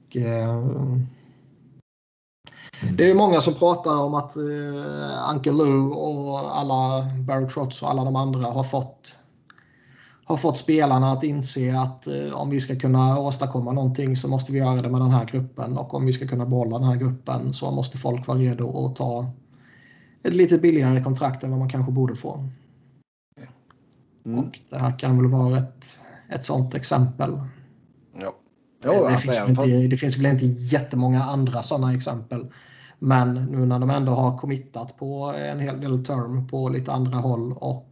det är många som pratar om att Uncle Lou och alla Barry Trotz och alla de andra har fått spelarna att inse att om vi ska kunna åstadkomma någonting så måste vi göra det med den här gruppen, och om vi ska kunna behålla den här gruppen så måste folk vara redo att ta ett lite billigare kontrakt än vad man kanske borde få. Och det här kan väl vara ett sånt exempel. Ja. Det finns väl inte jättemånga andra sådana exempel. Men nu när de ändå har committat på en hel del term på lite andra håll och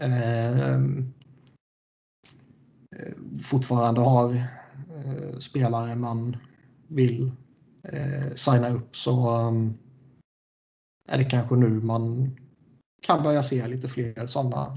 fortfarande har spelare man vill signa upp, så är det kanske nu man kan börja se lite fler sådana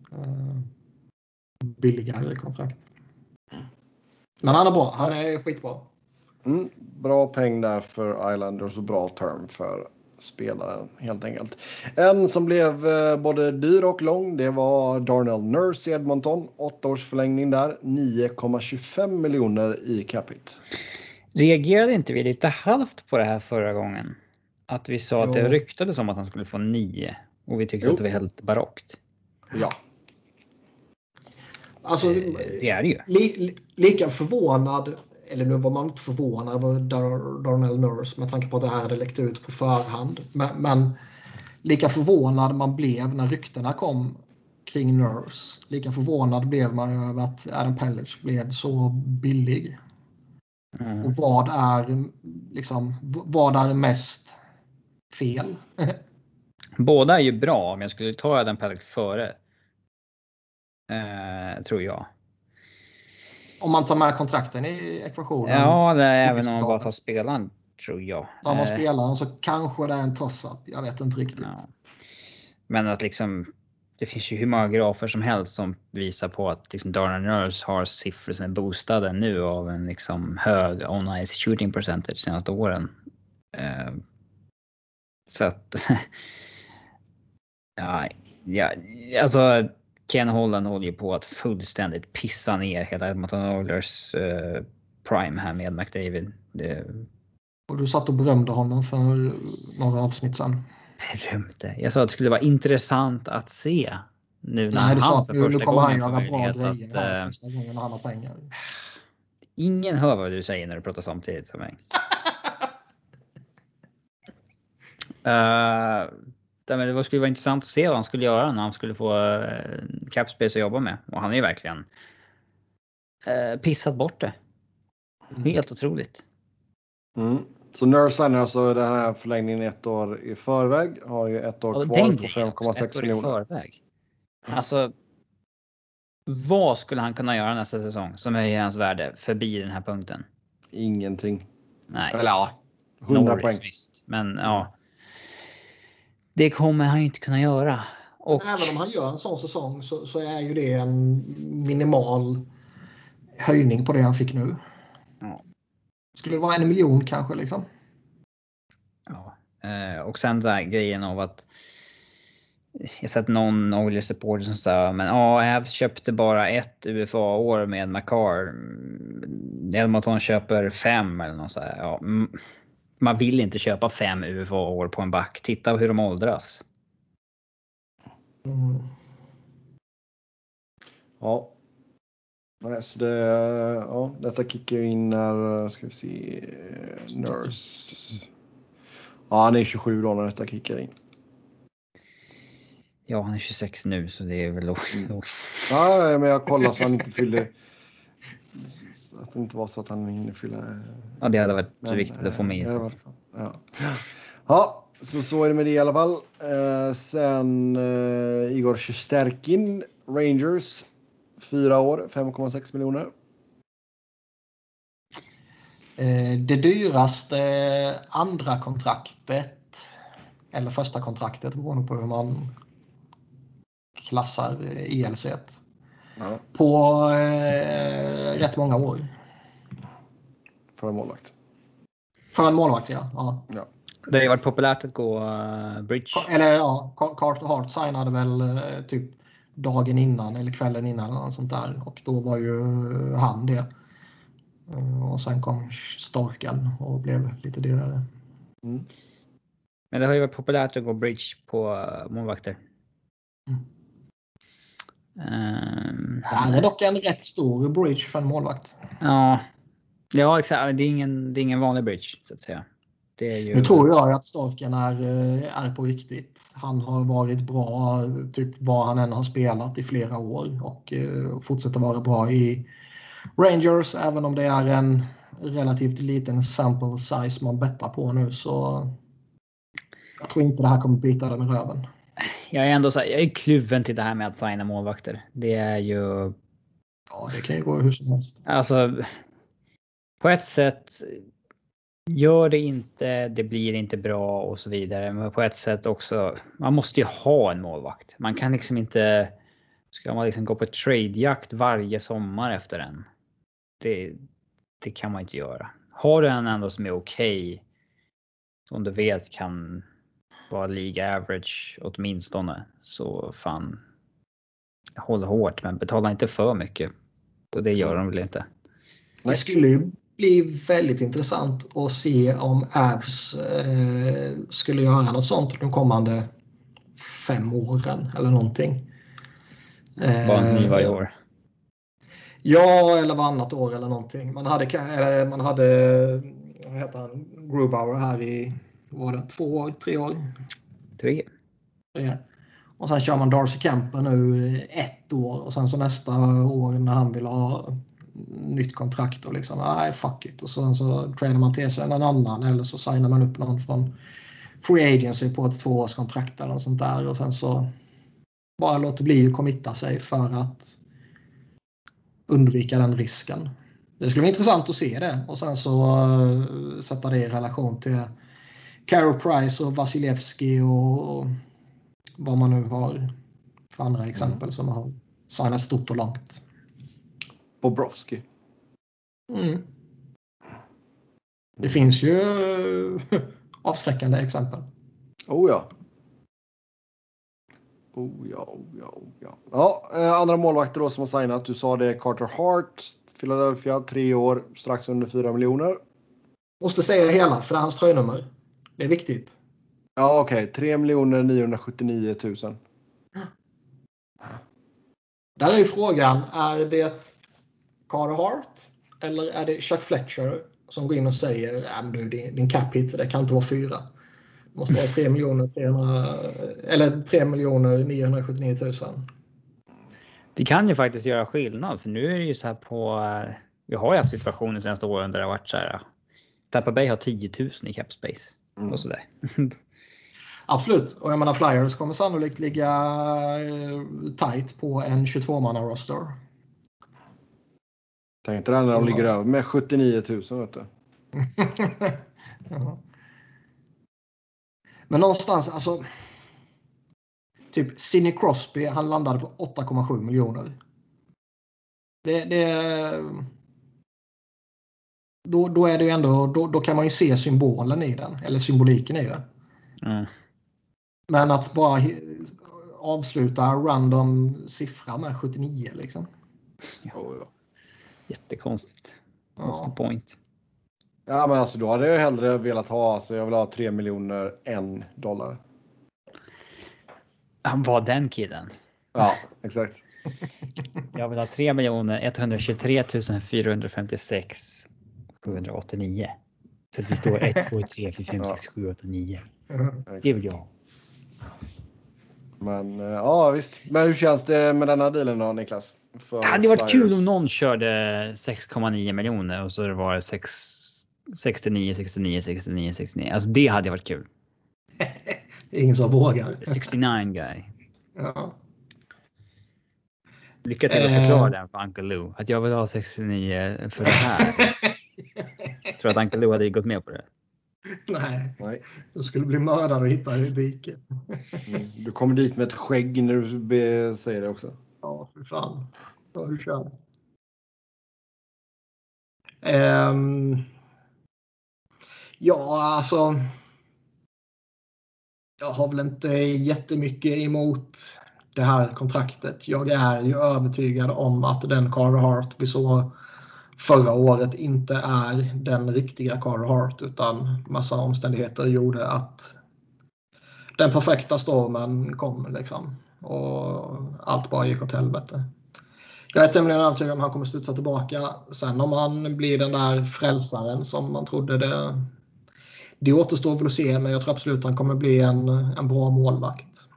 billigare kontrakt. Men han är bra. Han är skitbra. Bra peng där för Islanders och bra term för spelaren helt enkelt. En som blev både dyr och lång, det var Darnell Nurse i Edmonton. 8 års förlängning där. 9,25 miljoner i capita. Reagerade inte vi lite halvt på det här förra gången? Att vi sa att det ryktades om att han skulle få 9 och vi tyckte att det var helt barockt. Ja. Alltså, det är det ju. Lika förvånad, eller nu var man inte förvånad över Darnell Nurse med tanke på att det här hade läckt ut på förhand. Men lika förvånad man blev när ryktena kom kring Nurse. Lika förvånad blev man över att Adam Pelech blev så billig. Och vad är mest fel? Båda är ju bra, men jag skulle ta Adam Pelech före. Tror jag. Om man tar med kontrakten i ekvationen. Ja, det är även om man bara tar spelaren, tror jag. Tar man spelaren så kanske det är en toss-up. Jag vet inte riktigt. Ja. Men att liksom, det finns ju hur många grafer som helst som visar på att liksom Darnell Nurse har siffror som är boostade nu av en liksom hög on-ice shooting percentage senaste åren. Så att ja, alltså Ken Holland håller ju på att fullständigt pissa ner hela Edmonton Oilers prime här med McDavid. Och du satt och berömde honom för några avsnitt sedan. Berömde? Jag sa att det skulle vara intressant att se. Nu när han för nu första kommer gången han göra bra grejer här första gången han har pengar. Ingen hör vad du säger när du pratar samtidigt som mig. Det skulle vara intressant att se vad han skulle göra när han skulle få capspace att jobba med. Och han är ju verkligen pissat bort det. Helt otroligt. Så Nurse signar alltså den här förlängningen 1 år i förväg. Har ju 1 år kvar på 5,6 miljoner. Förväg. Alltså, vad skulle han kunna göra nästa säsong som höjer hans värde förbi den här punkten? Ingenting. Nej. Eller ja, 100 poäng. Visst. Men ja. Det kommer han ju inte kunna göra. Och även om han gör en sån säsong så är ju det en minimal höjning på det han fick nu. Ja. Skulle det vara 1 miljon kanske liksom? Ja. Och sen där grejen av att jag sett någon Oilers supporter som sa men Avs köpte bara 1 UFA-år med Makar. Edmonton köper 5 eller något så här. Ja. Man vill inte köpa 5 UFA-år på en back. Titta hur de åldras. Ja. Så detta kickar in när, ska vi se, Nurse. Ja, han är 27 då när detta kickar in. Ja, han är 26 nu så det är väl logiskt. Ja, men jag kollar så han inte fyller. Att det inte var så att han hinner fylla. Ja, det hade varit så viktigt att få med. Ja, så är det med det i alla fall. Sen Igor Shesterkin, Rangers. 4 år, 5,6 miljoner. Det dyraste andra kontraktet eller första kontraktet beroende på hur man klassar ELC. Ja. På rätt många år. För en målvakt. För en målvakt, ja. Det har ju varit populärt att gå bridge. Eller ja, Carter Hart signade väl typ dagen innan eller kvällen innan eller något sånt där. Och då var ju han det. Och sen kom Starken och blev lite dyrare. Mm. Men det har ju varit populärt att gå bridge på målvakter. Det här är dock en rätt stor bridge för en målvakt. Ja, exakt. Det är ingen vanlig bridge så att säga. Det är ju... Nu tror jag att Starken är på riktigt. Han har varit bra typ vad han än har spelat i flera år och fortsätter vara bra i Rangers, även om det är en relativt liten sample size man bettar på nu, så jag tror inte det här kommer bita dem i röven. Jag är ändå så här, jag är kluven till det här med att signa målvakter. Det är ju... Ja, det kan ju gå hur som helst. Alltså, på ett sätt gör det inte, det blir inte bra och så vidare. Men på ett sätt också, man måste ju ha en målvakt. Man kan liksom inte, ska man liksom gå på tradejakt varje sommar efter en. Det kan man inte göra. Har du en ändå som är okej, som du vet kan vara league average åtminstone, så fan, håll hårt, men betala inte för mycket. Och det gör de väl inte. Det skulle ju bli väldigt intressant att se om Avs skulle göra något sånt de kommande 5 åren eller någonting. Bara en ny varje år. Ja, eller varannat år eller någonting. Man hade vad heter han, Grubauer här i, var det 2 år, 3 år? 3. Och sen kör man Darcy Kemper nu 1 år och sen så nästa år när han vill ha nytt kontrakt och liksom, nej fuck it. Och sen så tradar man till sig en annan eller så signar man upp någon från Free Agency på ett 2-årskontrakt eller något sånt där och sen så bara låter bli att committa sig för att undvika den risken. Det skulle vara intressant att se det och sen så sätta det i relation till Carey Price och Vasilevski och vad man nu har för andra exempel som har signat stort och långt. Bobrovski. Det finns ju avskräckande exempel. Oh ja. Ja, andra målvakter då som har signat. Du sa det, Carter Hart, Philadelphia, 3 år, strax under 4 miljoner. Måste säga hela för det är hans tröjnummer. Det är viktigt. Ja, okej. 3 979 000. Där är ju frågan, är det Carter Hart eller är det Chuck Fletcher som går in och säger din cap hit, det kan inte vara 4. Det måste vara 3 979 000. Det kan ju faktiskt göra skillnad, för nu är det ju så här på, vi har ju haft situationer senaste åren där det har varit så här, Tampa Bay har 10 000 i cap space och sådär. Absolut, och jag menar Flyers kommer sannolikt ligga tight på en 22-manna roster. Tänkte det när de ligger över med 79 000, vet du. Ja. Men någonstans, alltså typ Sidney Crosby, han landade på 8,7 miljoner. Då är det ju ändå, då kan man ju se symbolen i den, eller symboliken i den. Men att bara avsluta random siffra med 79 liksom. Ja. Jättekonstigt. What's the point? Ja, men alltså då hade jag hellre velat ha, alltså jag vill ha 3 miljoner $1. Han var den killen. Ja, exakt. Jag vill ha 3 123 456 789. Så det står 1, 2, 3, 4, 5, 6, 7, 8, 9. Det vill jag. Men ja, visst. Men hur känns det med denna dealen då, Niklas? Det hade varit kul om någon körde 6,9 miljoner och så det var 69. Alltså det hade varit kul. Ingen som vågar. 69 guy. Ja. Lycka till att förklara den för Uncle Lou. Att jag vill ha 69 för det här. Jag tror att Uncle Lou hade gått med på det. Nej. Du skulle bli mördad och hitta i diket. Du kommer dit med ett skägg när du säger det också. Ja, för fan. Ja, du kör. Ja, alltså. Jag har väl inte jättemycket emot det här kontraktet. Jag är ju övertygad om att den Carter Hart vi såg förra året inte är den riktiga Carter Hart, utan massa omständigheter gjorde att den perfekta stormen kom liksom. Och allt bara gick åt helvete. Jag är tämligen övertygad om att han kommer studsa tillbaka. Sen om han blir den där frälsaren som man trodde det återstår väl att se, men jag tror absolut att han kommer bli en bra målvakt.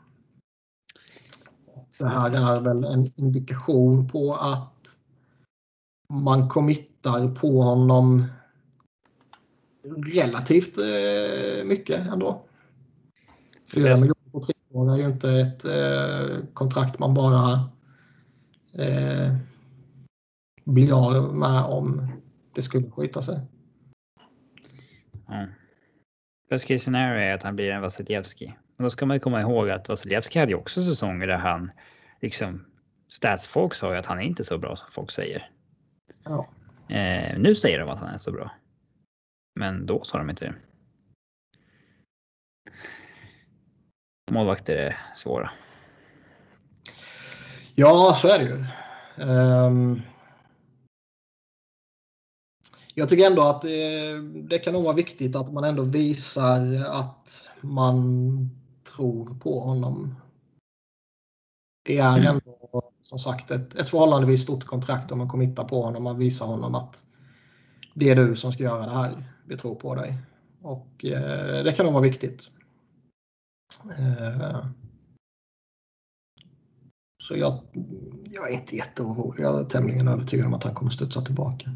Det här är väl en indikation på att man committar på honom relativt mycket ändå. 4 miljoner på 3 år är ju inte ett kontrakt man bara blir av med om det skulle skita sig. Ja. Best case scenario är att han blir en Vasilevski. Men då ska man ju komma ihåg att Vasilevski hade ju också säsonger där han liksom statsfolk sa ju att han är inte så bra som folk säger. Ja. Nu säger de att han är så bra. Men då sa de inte det. Målvakter är svåra. Ja, så är det ju. Jag tycker ändå att det kan nog vara viktigt att man ändå visar att man tror på honom. Det är ändå som sagt ett förhållandevis stort kontrakt om man committar på honom. Man visar honom att det är du som ska göra det här. Vi tror på dig. Och det kan nog vara viktigt. Så jag är inte jätteorolig. Jag är tämligen övertygad om att han kommer studsa tillbaka.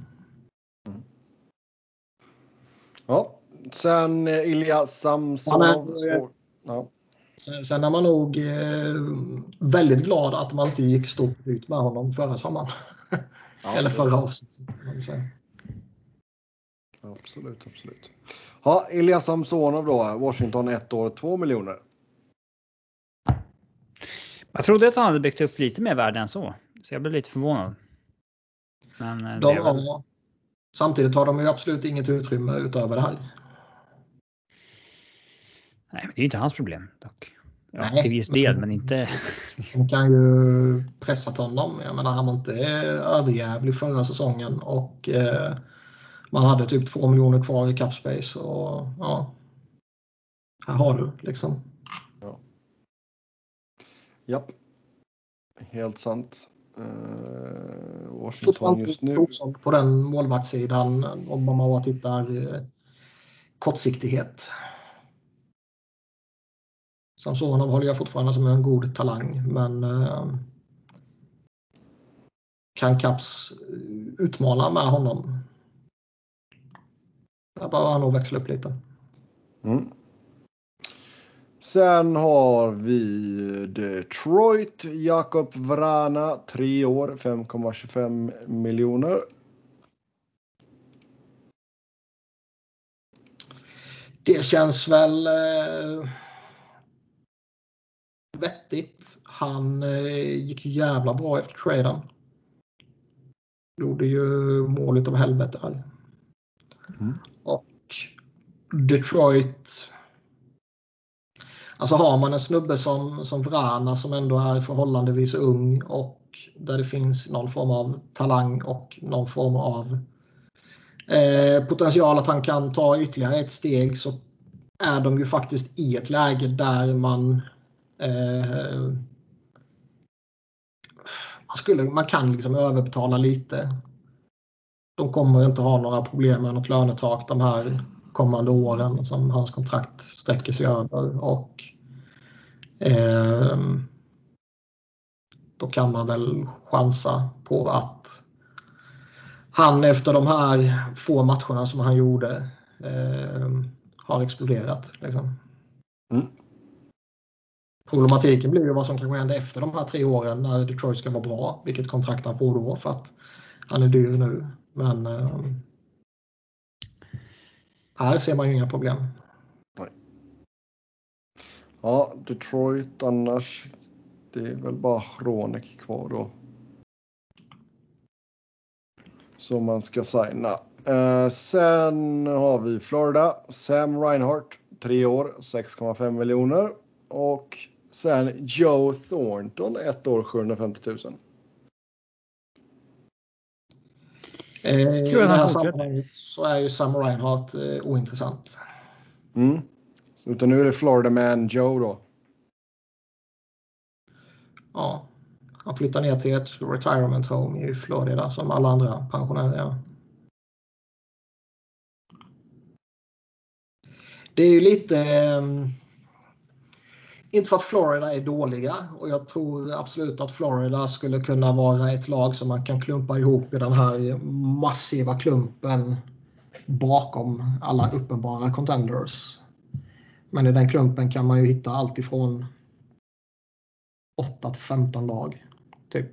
Ja, sen Ilja Samsonov. Sen är man nog väldigt glad att man inte gick stort ut med honom förra sommaren. Ja, eller förra avsnittet. Absolut. Ja, Ilja Samsonov då. Washington 1 år, 2 miljoner. Jag trodde att han hade byggt upp lite mer värde än så. Så jag blev lite förvånad. Men samtidigt har de ju absolut inget utrymme utöver det här. Nej, men det är ju inte hans problem dock. Ja, till viss del, men inte... De kan ju pressa honom. Jag menar, han var inte överjävlig förra säsongen och man hade typ 2 miljoner kvar i cap space och ja. Här har du liksom. Ja. Japp. Helt sant. Washington just nu. På den målvaktssidan om man bara tittar kortsiktighet. Samsonov håller jag fortfarande som en god talang, men kan Caps utmana med honom? Jag bara nog växla upp lite. Sen har vi Detroit, Jakob Vrana, 3 år, 5,25 miljoner. Det känns väl vettigt. Han gick jävla bra efter traden. Gjorde ju målet av helvete här. Och Detroit... Alltså har man en snubbe som Vrana som ändå är förhållandevis ung och där det finns någon form av talang och någon form av potential att han kan ta ytterligare ett steg, så är de ju faktiskt i ett läge där man kan liksom överbetala lite. De kommer inte ha några problem med något lönetak de här kommande åren som hans kontrakt sträcker sig över, och då kan man väl chansa på att han efter de här få matcherna som han gjorde har exploderat liksom. Problematiken blir ju vad som kan hända efter de här 3 åren när Detroit ska vara bra, vilket kontrakt han får då, för att han är dyr nu, men Här ser man ju inga problem. Nej. Ja, Detroit annars. Det är väl bara Hronek kvar då. Som man ska signa. Sen har vi Florida. Sam Reinhart. 3 år, 6,5 miljoner. Och sen Joe Thornton. 1 år, 750 000. I det här sammanhanget så är ju Sam Reinhart ointressant. Så utan nu är det Florida Man Joe då. Ja, han flyttar ner till ett retirement home i Florida som alla andra pensionärer. Det är ju lite... inte för att Florida är dåliga och jag tror absolut att Florida skulle kunna vara ett lag som man kan klumpa ihop i den här massiva klumpen bakom alla uppenbara contenders. Men i den klumpen kan man ju hitta allt ifrån 8 till 15 lag typ.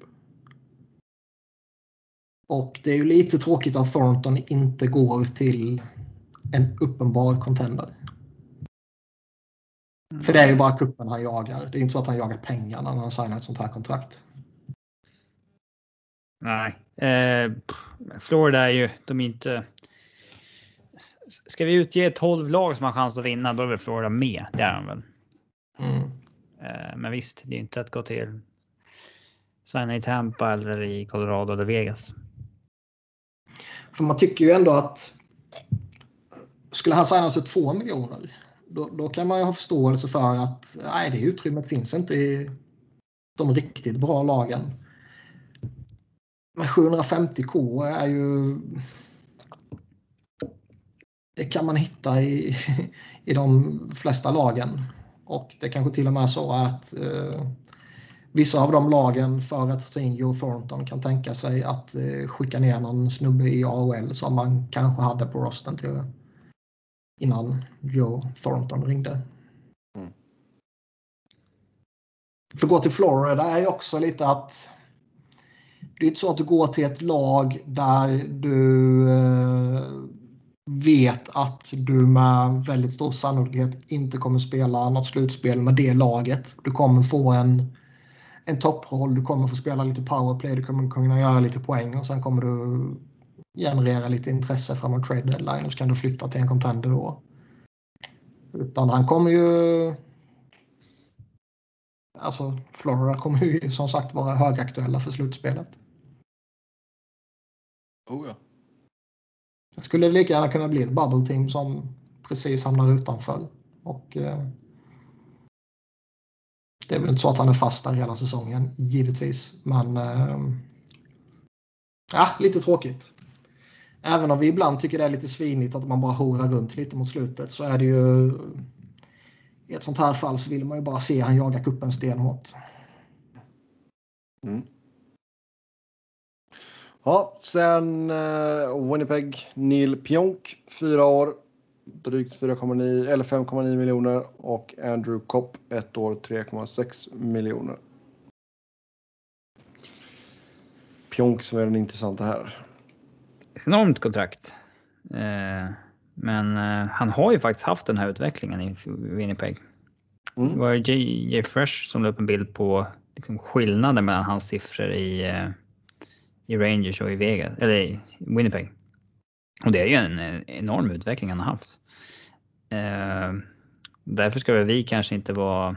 Och det är ju lite tråkigt att Thornton inte går till en uppenbar contender. För det är ju bara kuppen han jagar. Det är inte så att han jagar pengar när han signar ett sånt här kontrakt. Nej. Florida är ju, de är inte... Ska vi utge 12 lag som har chans att vinna, då är väl Florida med. Det är de väl. Men visst, det är inte att gå till signa i Tampa eller i Colorado eller Vegas. För man tycker ju ändå att skulle han signa för 2 miljoner, då kan man ju ha förståelse för att nej, det utrymmet finns inte i de riktigt bra lagen. Men 750k är ju... Det kan man hitta i de flesta lagen. Och det kanske till och med är så att vissa av de lagen för att ta in Joe Thornton kan tänka sig att skicka ner någon snubbe i AHL som man kanske hade på rosten till innan Joe Thornton ringde. För att gå till Florida är ju också lite att det är inte så att du går till ett lag där du vet att du med väldigt stor sannolikhet inte kommer spela något slutspel med det laget. Du kommer få en topproll, du kommer få spela lite powerplay, du kommer kunna göra lite poäng och sen kommer du generera lite intresse framåt trade deadline och så kan du flytta till en contender då. Utan han kommer ju... Alltså Florida kommer ju som sagt vara högaktuella för slutspelet. Oh ja. Det skulle lika gärna kunna bli ett bubble team som precis hamnar utanför. Och det är väl inte så att han är fast där hela säsongen, givetvis. Men lite tråkigt. Även om vi ibland tycker det är lite svinigt att man bara horar runt lite mot slutet, så är det ju i ett sånt här fall så vill man ju bara se han jaga kuppen stenhårt. Ja, sen Winnipeg, Neil Pionk, 4 år, drygt 5,9 miljoner och Andrew Kopp, 1 år, 3,6 miljoner. Pionk som är den intressanta här. Enormt kontrakt. Men han har ju faktiskt haft den här utvecklingen i Winnipeg. Det var J. Fresh som la upp en bild på liksom skillnaden mellan hans siffror i Rangers och i Vegas, eller i Winnipeg. Och det är ju en enorm utveckling han har haft. Därför ska vi kanske inte vara...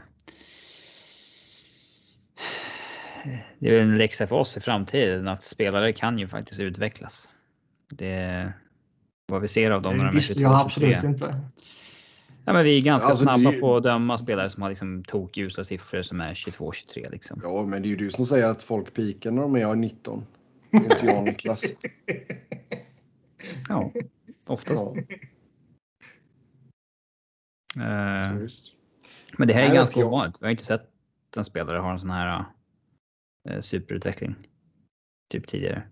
Det är en läxa för oss i framtiden att spelare kan ju faktiskt utvecklas. Det vad vi ser av dem när de är 22-23. Absolut inte. Ja, men vi är ganska snabba på att döma spelare som har liksom tokljusla siffror som är 22-23 liksom. Ja, men det är ju du som säger att folk pikar när de är 19. Inte jag, Niklas. Ja, oftast. Men det här är ganska ovanligt. Vi har inte sett en spelare ha en sån här superutveckling typ tidigare.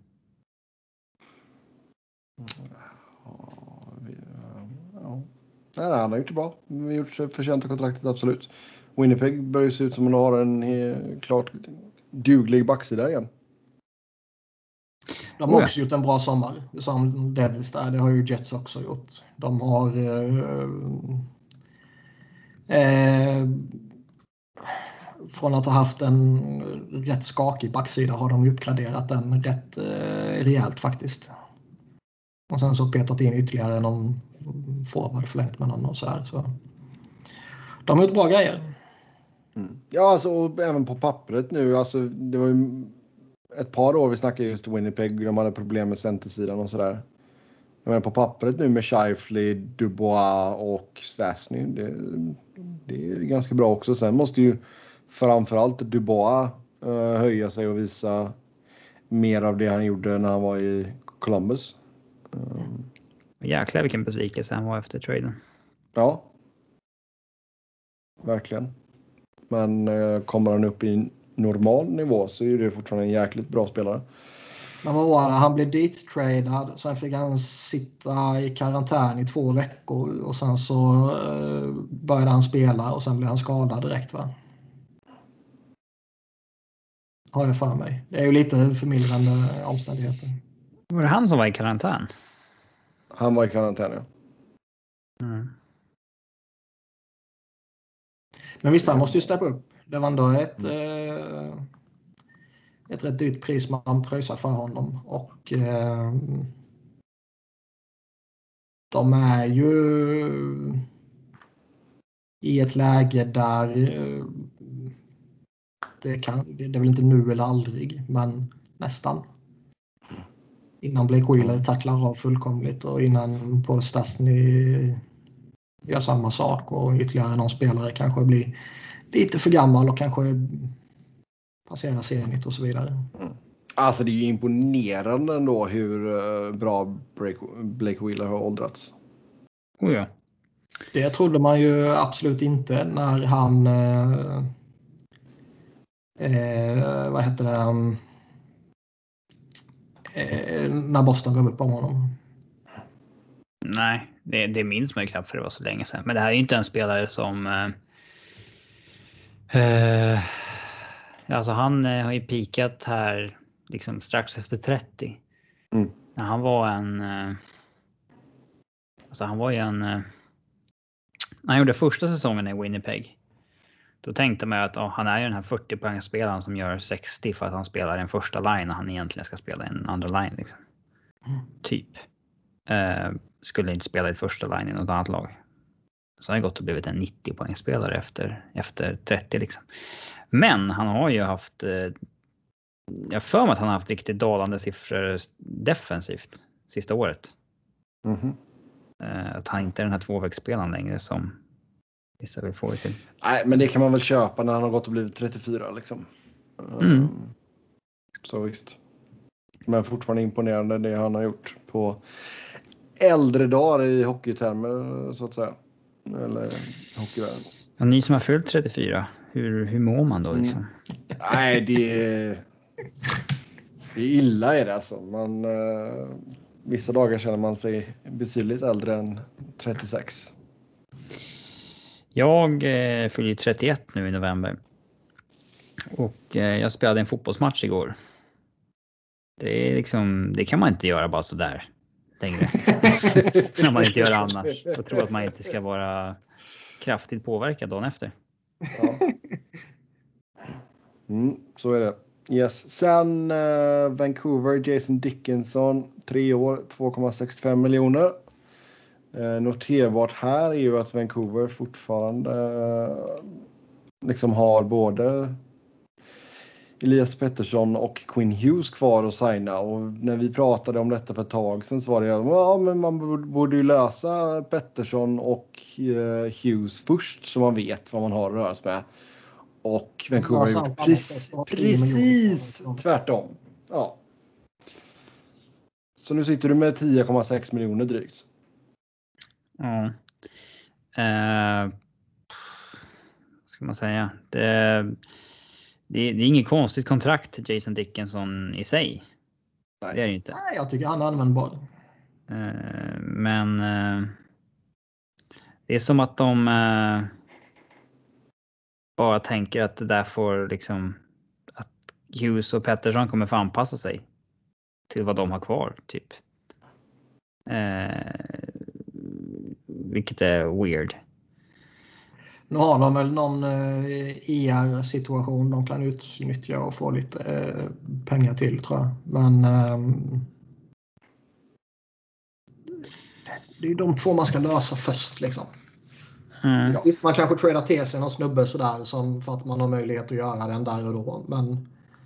Nej, han har gjort det bra. Vi har gjort förtjänta kontraktet, absolut. Winnipeg börjar se ut som att han har en klart duglig backsida igen. De har också gjort en bra sommar som Devils där. Det har ju Jets också gjort. De har från att ha haft en rätt skakig backsida har de uppgraderat den rätt rejält faktiskt. Och sen så petat in ytterligare någon forward förlängt med någon och sådär. Så de har gjort bra grejer. Ja, alltså även på pappret nu. Alltså, det var ju ett par år vi snackade just Winnipeg. De hade problem med centersidan och sådär. Men på pappret nu med Scheifele, Dubois och Stastny. Det är ganska bra också. Sen måste ju framförallt Dubois höja sig och visa mer av det han gjorde när han var i Columbus. Jäklar vilken besvikelse han var efter traden. Ja. Verkligen. Men kommer han upp i normal nivå så är det fortfarande en jäkligt bra spelare. Men vad var det? Han blev dit-tradad. Sen fick han sitta i karantän i 2 veckor. Och sen så började han spela och sen blev han skadad direkt, va? Har jag för mig. Det är ju lite förmildrande omständigheter. Var det han som var i karantän? Han var i karantän, ja. Men visst, han måste ju steppa upp. Det var ändå ett rätt dyrt pris man pröjsar för honom. Och de är ju i ett läge där det är väl inte nu eller aldrig, men nästan. Innan Blake Wheeler tacklar av fullkomligt och innan Paul Stastny gör samma sak och ytterligare någon spelare kanske blir lite för gammal och kanske passerar senigt och så vidare. Alltså det är ju imponerande ändå hur bra Blake Wheeler har åldrats. Oh ja. Det trodde man ju absolut inte när han vad heter det när Boston gav upp om honom. Nej, det minns man ju knappt för det var så länge sedan. Men det här är ju inte en spelare som alltså han har ju peakat här liksom strax efter 30. När han var när han gjorde första säsongen i Winnipeg. Då tänkte man ju att han är ju den här 40-poängsspelaren som gör 60 för att han spelar en första line och han egentligen ska spela en andra line liksom. Typ. Skulle inte spela i första line i något annat lag. Så har han gått och blivit en 90-poängsspelare efter 30 liksom. Men han har ju haft jag för mig att han har haft riktigt dalande siffror defensivt sista året. Att han inte är den här 2-vägsspelaren längre som vissa vill få det till. Nej, men det kan man väl köpa när han har gått och blivit 34 liksom. Så visst. Men fortfarande imponerande det han har gjort på äldre dagar i hockeytermer så att säga. Eller hockeyvärlden. Och ni som har fyllt 34, hur mår man då liksom? Nej, det är illa är det alltså. Vissa dagar känner man sig betydligt äldre än 36. Jag fyller 31 nu i november. Och jag spelade en fotbollsmatch igår. Det är liksom, det kan man inte göra bara så där längre. När man inte gör det annars. Jag tror att man inte ska vara kraftigt påverkad dagen efter. Ja. Så är det. Yes. Sen Vancouver, Jason Dickinson, 3 år, 2,65 miljoner. Noterbart här är ju att Vancouver fortfarande liksom har både Elias Pettersson och Quinn Hughes kvar att signa. Och när vi pratade om detta för ett tag sedan så var det men man borde ju lösa Pettersson och Hughes först så man vet vad man har att röra sig med. Och Vancouver har gjort precis tvärtom. Ja. Så nu sitter du med 10,6 miljoner drygt. Ja. Ska man säga. Det är inget konstigt kontrakt till Jason Dickinson i sig. Nej. Det är det inte. Nej, jag tycker han är användbar. Men det är som att de bara tänker att det där får liksom att Hughes och Pettersson kommer få anpassa sig till vad de har kvar typ. Vilket är weird. Nu har de väl någon IR-situation de kan utnyttja och få lite pengar till, tror jag. Men det är de två man ska lösa först liksom. Ja, visst, man kanske tradar till sig någon snubbe sådär som för att man har möjlighet att göra den där och då. Men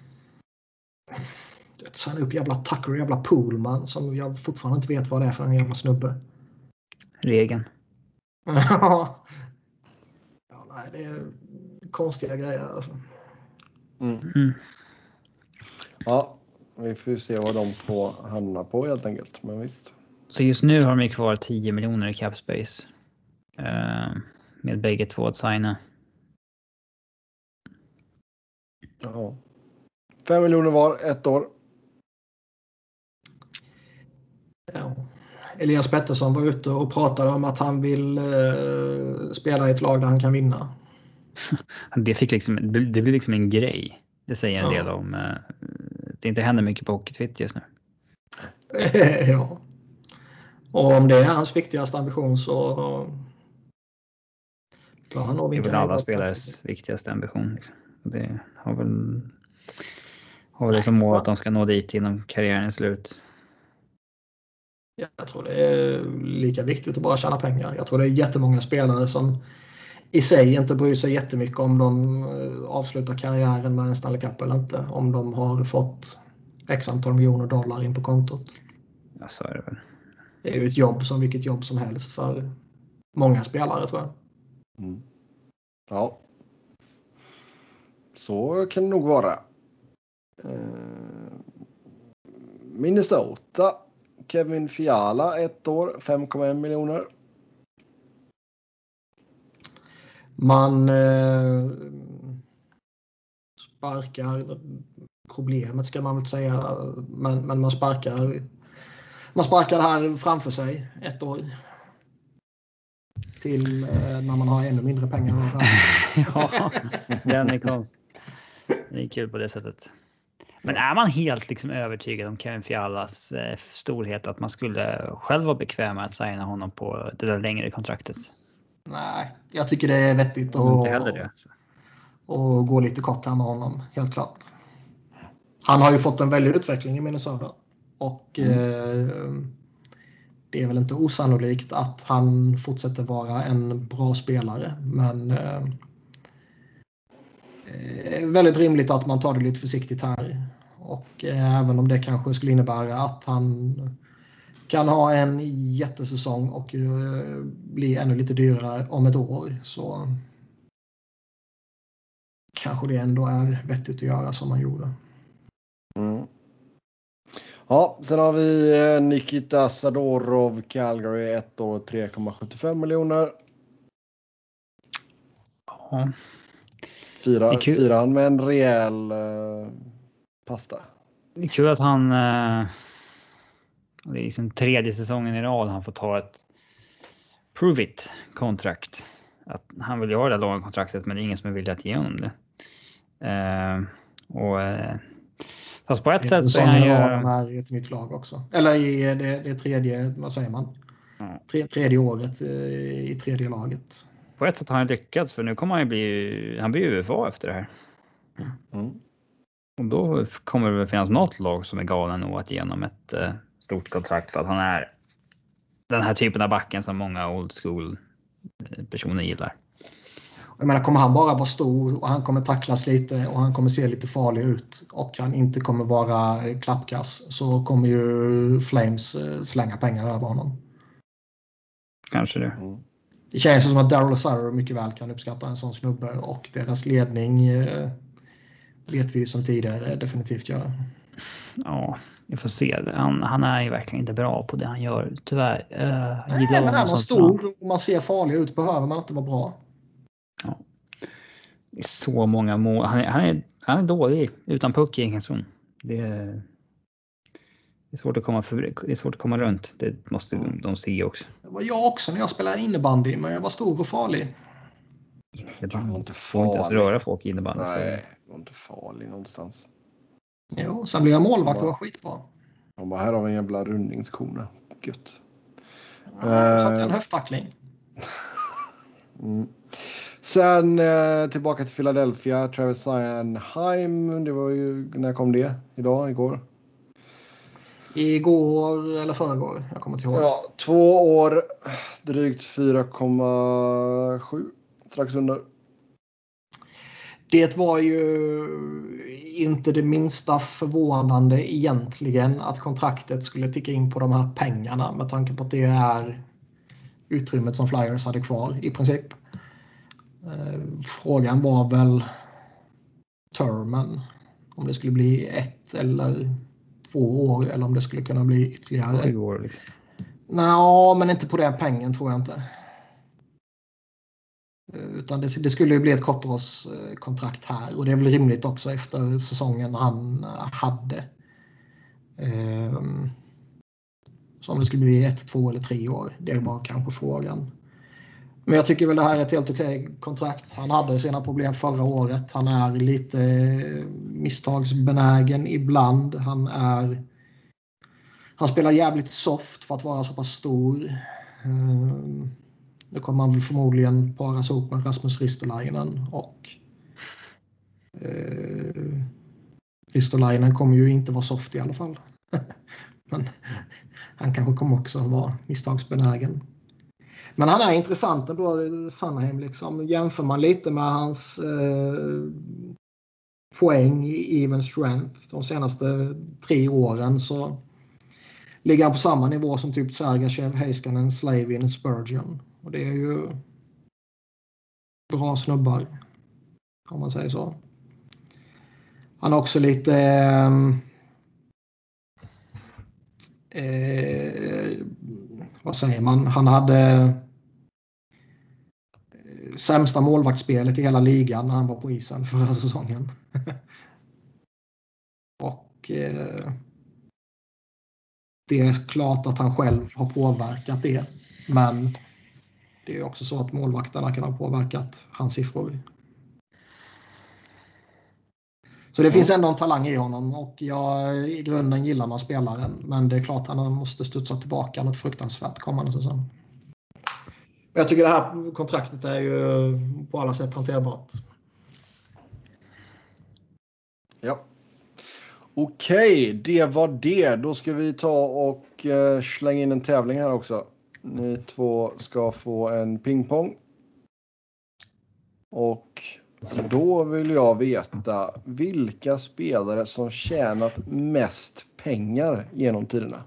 signa upp jävla Tucker och jävla Poolman som jag fortfarande inte vet vad det är för en jävla snubbe. Regeln. Ja, nej, det är konstiga grejer alltså. Ja, vi får se vad de två hamnar på helt enkelt. Men visst. Så just nu har de kvar 10 miljoner i cap space. Med bägge två att signa. Ja. 5 miljoner var, 1 år. Ja. Elias Pettersson var ute och pratade om att han vill spela i ett lag där han kan vinna. Det blir liksom en grej. Det säger en del om det inte händer mycket på hockeytwitter just nu. Ja. Och om det är hans viktigaste ambition så han nog det är väl alla spelares viktigaste ambition. Liksom. Det har väl som mål att de ska nå dit innan karriären är slut. Jag tror det är lika viktigt att bara tjäna pengar. Jag tror det är jättemånga spelare som i sig inte bryr sig jättemycket om de avslutar karriären med en Stanley Cup eller inte. Om de har fått x antal miljoner dollar in på kontot. Ja, så är det väl. Det är ju ett jobb som vilket jobb som helst för många spelare, tror jag. Mm. Ja. Så kan det nog vara. Minnesota. Kevin Fiala, 1 år, 5,1 miljoner. Man sparkar, problemet ska man väl säga, men man sparkar det här framför sig 1 år. Till när man har ännu mindre pengar. Ja, den är konstig. Det är kul på det sättet. Men är man helt liksom övertygad om Kevin Fialas storhet att man skulle själv vara bekväm med att signa honom på det där längre kontraktet? Nej, jag tycker det är vettigt inte heller det. Och gå lite kort här med honom, helt klart. Han har ju fått en väldig utveckling i Minnesota. Och det är väl inte osannolikt att han fortsätter vara en bra spelare. Men väldigt rimligt att man tar det lite försiktigt här. Och även om det kanske skulle innebära att han kan ha en jättesäsong och bli ännu lite dyrare om ett år, så kanske det ändå är vettigt att göra som man gjorde. Mm. Ja, sen har vi Nikita Zadorov, Calgary, 1 år, 3,75 miljoner. Ja. Firar han med en rejäl pasta. Det är kul att han det är liksom 3:e säsongen i rad han får ta ett prove it kontrakt. Att han vill göra det långa kontraktet, men det är ingen som är villig att ge honom det. Fast på ett sätt så är han ju i ett nytt lag också. Eller i det tredje, vad säger man? Tredje året i tredje laget. På ett sätt har han lyckats, för nu kommer han ju han blir UFA efter det här. Mm. Och då kommer det väl finnas något lag som är galen nog att ge honom ett stort kontrakt, för att han är den här typen av backen som många old school personer gillar. Jag menar, kommer han bara vara stor och han kommer tacklas lite och han kommer se lite farlig ut och han inte kommer vara klappkass, så kommer ju Flames slänga pengar över honom. Kanske det. Mm. Det känns som att Daryl Sutter mycket väl kan uppskatta en sån snubbe, och deras ledning vet vi ju som tidigare definitivt göra. Ja, vi får se. Han är ju verkligen inte bra på det han gör, tyvärr. Nej, men är man stor och man ser farlig ut behöver man inte vara bra. Ja. Det är så många mål. Han är dålig utan puck i egen zon. Det är svårt att komma runt. Det måste de se också. Det var jag också när jag spelade innebandy, men jag var stor och farlig. Det var inte farlig. Inte ens röra folk i innebandy. Nej, det var inte farlig någonstans. Jo, sen blev jag målvakt och var skitbra. Han bara, här har vi en jävla rundningskona. Gött. Ja, satt en höfttackling. Sen tillbaka till Philadelphia. Travis Sanheim. Det var ju, när kom det? Igår? Igår eller förrgår. Jag kommer inte ihåg. Ja, 2 år. Drygt 4,7. Strax under. Det var ju inte det minsta förvånande egentligen att kontraktet skulle ticka in på de här pengarna med tanke på att det är utrymmet som Flyers hade kvar i princip. Frågan var väl termen, om det skulle bli 1 eller 2 år eller om det skulle kunna bli ytterligare 7 år liksom. Nej, men inte på den pengen tror jag inte. Utan det skulle ju bli ett kortårskontrakt här och det är väl rimligt också efter säsongen han hade. Så om det skulle bli 1, 2 eller 3 år, det är bara kanske frågan. Men jag tycker väl det här är ett helt okej kontrakt. Han hade sina problem förra året. Han är lite misstagsbenägen ibland. Han spelar jävligt soft för att vara så pass stor. Nu kommer man väl förmodligen paras ihop med Rasmus Ristolainen och Ristolainen kommer ju inte vara soft i alla fall. Men han kanske kommer också vara misstagsbenägen. Men han är intressant ändå, Sanheim liksom. Jämför man lite med hans poäng i even strength de senaste 3 åren så ligger han på samma nivå som typ Sergachev, Heiskanen, Slavin, Spurgeon. Och det är ju bra snubbar, om man säger så. Han har också lite vad säger man? Han hade sämsta målvaktsspelet i hela ligan när han var på isen förra säsongen. Och det är klart att han själv har påverkat det. Men det är också så att målvakterna kan ha påverkat hans siffror. Så det finns ändå en talang i honom och i grunden gillar man spelaren. Men det är klart att han måste studsa tillbaka något fruktansvärt kommande säsong. Jag tycker det här kontraktet är ju på alla sätt hanterbart. Ja. Okej, det var det. Då ska vi ta och slänga in en tävling här också. Ni 2 ska få en pingpong. Och då vill jag veta vilka spelare som tjänat mest pengar genom tiderna.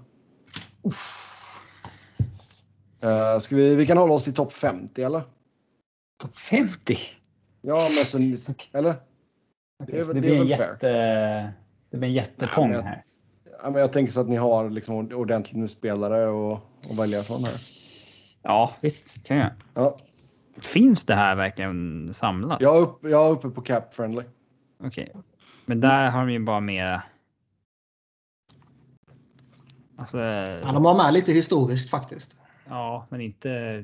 Vi kan hålla oss till topp 50 eller? Topp 50? Ja, men så, eller? Det blir en jättepång här. Ja, men jag tänker så att ni har liksom ordentligt med spelare och välja från här. Ja, visst kan jag. Ja. Finns det här verkligen samlat? Jag är uppe på Cap Friendly. Okej. Men där har de ju bara med... Alltså... Ja, de har med lite historiskt faktiskt. Ja, men inte...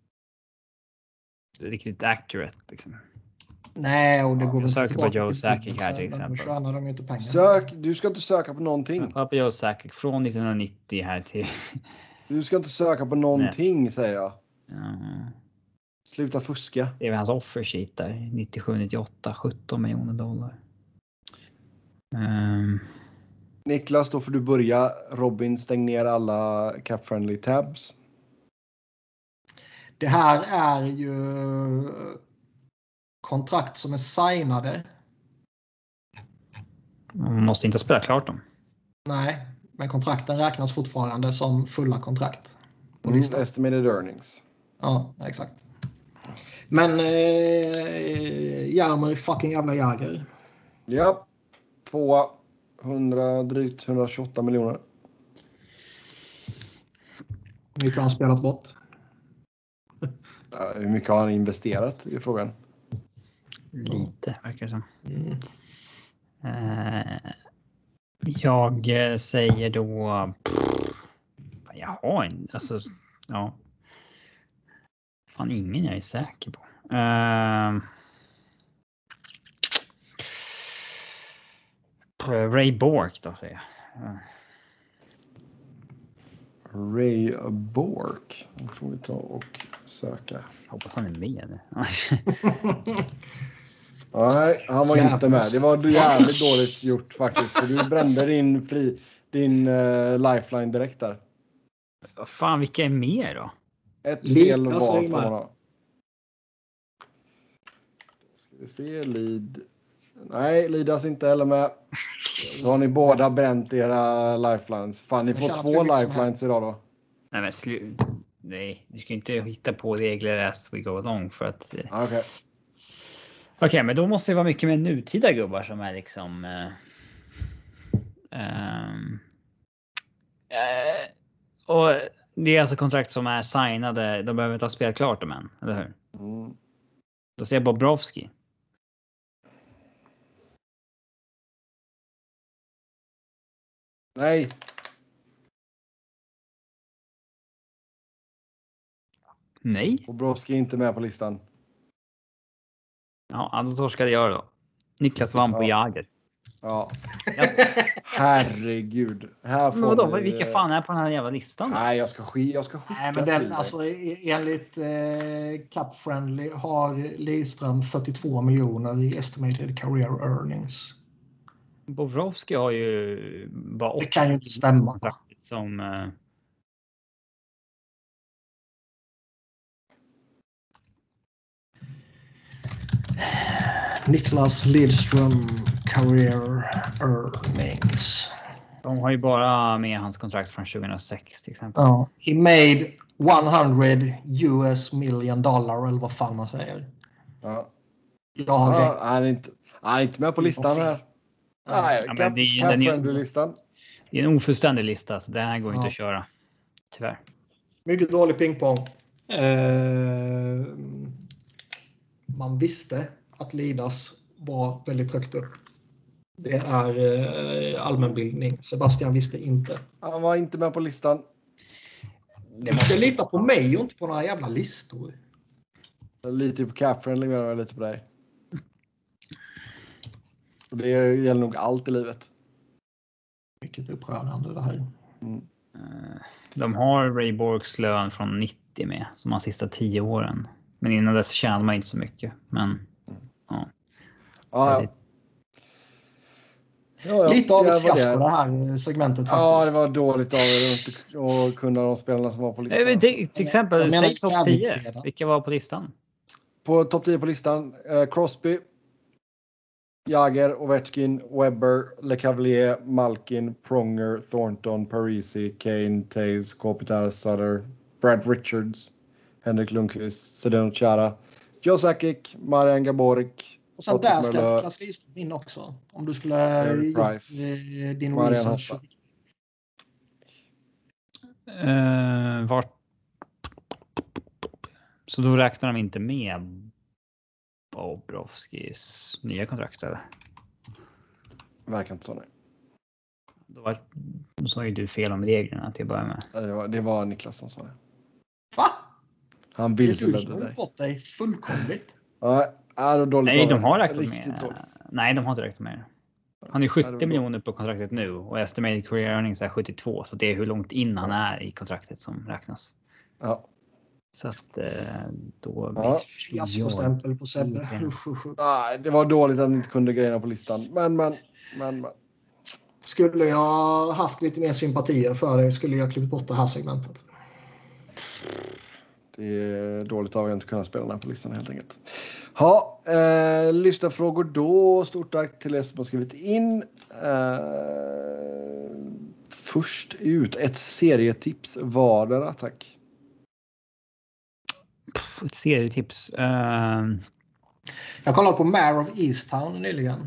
riktigt accurate liksom. Nej, och det går Jag söker tillbaka på Joe till Sakic här till då exempel. tjänar de ju inte pengar. Du ska inte söka på någonting. Jag på Joe Sakic från 1990 här till... Du ska inte söka på någonting, säger jag. Sluta fuska. Det är väl hans offer sheet där. 97-98, 17 miljoner dollar. Niklas, då får du börja. Robin, stäng ner alla cap-friendly tabs. Det här är ju kontrakt som är signade. Man måste inte spela klart dem. Nej, men kontrakten räknas fortfarande som fulla kontrakt. Estimated earnings. Ja, exakt. Men Jaromir fucking jävla Jäger. Ja, 200, drygt 128 miljoner. Hur mycket har han spelat bort? Hur mycket har han investerat i frågan? Lite, verkar det som. Jag säger då... Jag har en... Alltså, ja. Fan, ingen jag är säker på. Ray Bourque då, säger jag. Ray Bork. Nu får vi ta och söka. Hoppas han är med nu. Nej, han var inte med. Det var jävligt dåligt gjort faktiskt. Så du brände din lifeline direkt där. Vad fan, vilka är med då? Ett fel var från honom. Ska vi se, Nej, Lidas inte heller med. Då har ni båda bränt era lifelines. Fan, ni får 2 lifelines idag då. Nej, men nej, du ska inte hitta på regler as we go along för att... Okej, men då måste det vara mycket mer nutida gubbar som är liksom... och det är alltså kontrakt som är signade. De behöver inte ha spelat klart dem än, eller hur? Mm. Då ser jag Bobrovski. Nej. Nej. Bobrovski är inte med på listan. Ja, då torskade jag då. Niklas vann på Jager. Ja. Herregud. Här får men vadå, vilka fan är på den här jävla listan då? Nej, jag ska skicka Nej, men den, alltså, enligt Cap Friendly har Lidström 42 miljoner i estimated career earnings. Bobrovski har ju bara... Det kan ju inte stämma. Som... Niklas Lidström career earnings. De har ju bara med hans kontrakt från 2006 till exempel. Ja. He made 100 US million dollar eller vad fan man säger. Ja. Han är inte med på listan här. Nej, Cap-friendly-listan. Det är en ofullständig lista, så det här går inte att köra. Tyvärr. Mycket dålig pingpong. Man visste att Lidas var väldigt högt upp. Det är allmänbildning. Sebastian visste inte. Han var inte med på listan. Du ska lita på mig och inte på några jävla listor. Lite på Cap-friendly men jag lite på dig. Och det gäller nog allt i livet. Mycket upprörande det här. Mm. De har Ray Borks lön från 90 med som de sista 10 åren. Men innan dess tjänar man inte så mycket. Men ja. Lite av ett fiasko det här segmentet faktiskt. Ja, det var dåligt av er att kunna de spelarna som var på listan. Till exempel, säg topp 10. Vilka var på listan? På topp 10 på listan, Crosby, Jagr, Ovechkin, Weber, LeCavalier, Malkin, Pronger, Thornton, Parisi, Kane, Taves, Kopitar, Sutter, Brad Richards, Henrik Lundqvist, Zdeno Chara, Joe Sakic, Marian Gaborik. Och sen där ska Niklas Lidström in också. Om du skulle din research. Så då räknar de inte med Bobrovskis nya kontrakt eller? Verkar inte så, nej. Då sa ju du fel om reglerna till att börja med. Det var Niklas som sa det. Va? Han vilseledde dig. Bort dig fullkomligt. Nej, de har räknat med. Nej, de har inte räknat med. Han är 70 miljoner på kontraktet nu och estimated career earnings är 72, så det är hur långt in han är i kontraktet som räknas. Ja. Så att då blir fiaskostämpel på Sebbe. Nej, det var dåligt att ni inte kunde grejerna på listan. Men. Skulle jag haft lite mer sympatier för det skulle jag klippt bort det här segmentet. Det är dåligt av att inte kunna spela den här på listan helt enkelt. Lyssnarfrågor då. Stort tack till er som har skrivit in. Först ut ett serietips vardera, tack. Ett serietips. Jag kollade på Mare of Easttown nyligen.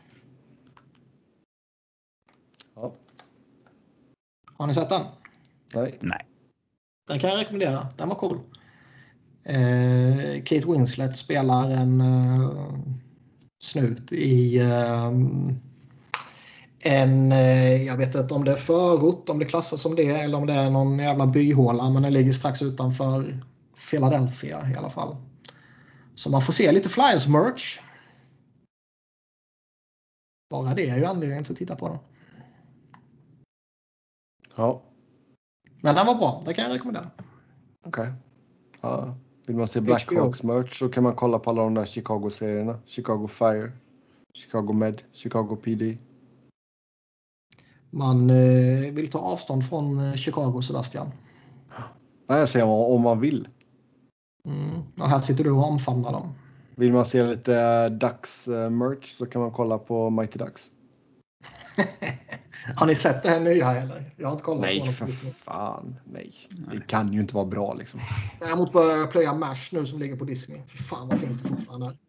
Ja. Har ni sett den? Nej. Den kan jag rekommendera. Den var cool. Kate Winslet spelar en snut i jag vet inte om det är förort, om det klassas som det eller om det är någon jävla byhåla, men den ligger strax utanför Philadelphia i alla fall. Så man får se lite Flyers merch. Bara det är ju anledningen till att titta på den. Ja. Men den var bra, det kan jag rekommendera. Okej. Ja. Vill man se Blackhawks merch så kan man kolla på alla de där Chicago-serierna. Chicago Fire, Chicago Med, Chicago PD. Man vill ta avstånd från Chicago, Sebastian. Nej, jag säger om man vill. Och här sitter du och omfamnar dem. Vill man se lite Ducks-merch så kan man kolla på Mighty Ducks. Har ni sett det här nya eller? Jag har inte kollat Nej, på för fan. Nej. Det kan ju inte vara bra liksom. Däremot börjar jag plöja MASH nu som ligger på Disney. Fy fan vad fint det fortfarande är.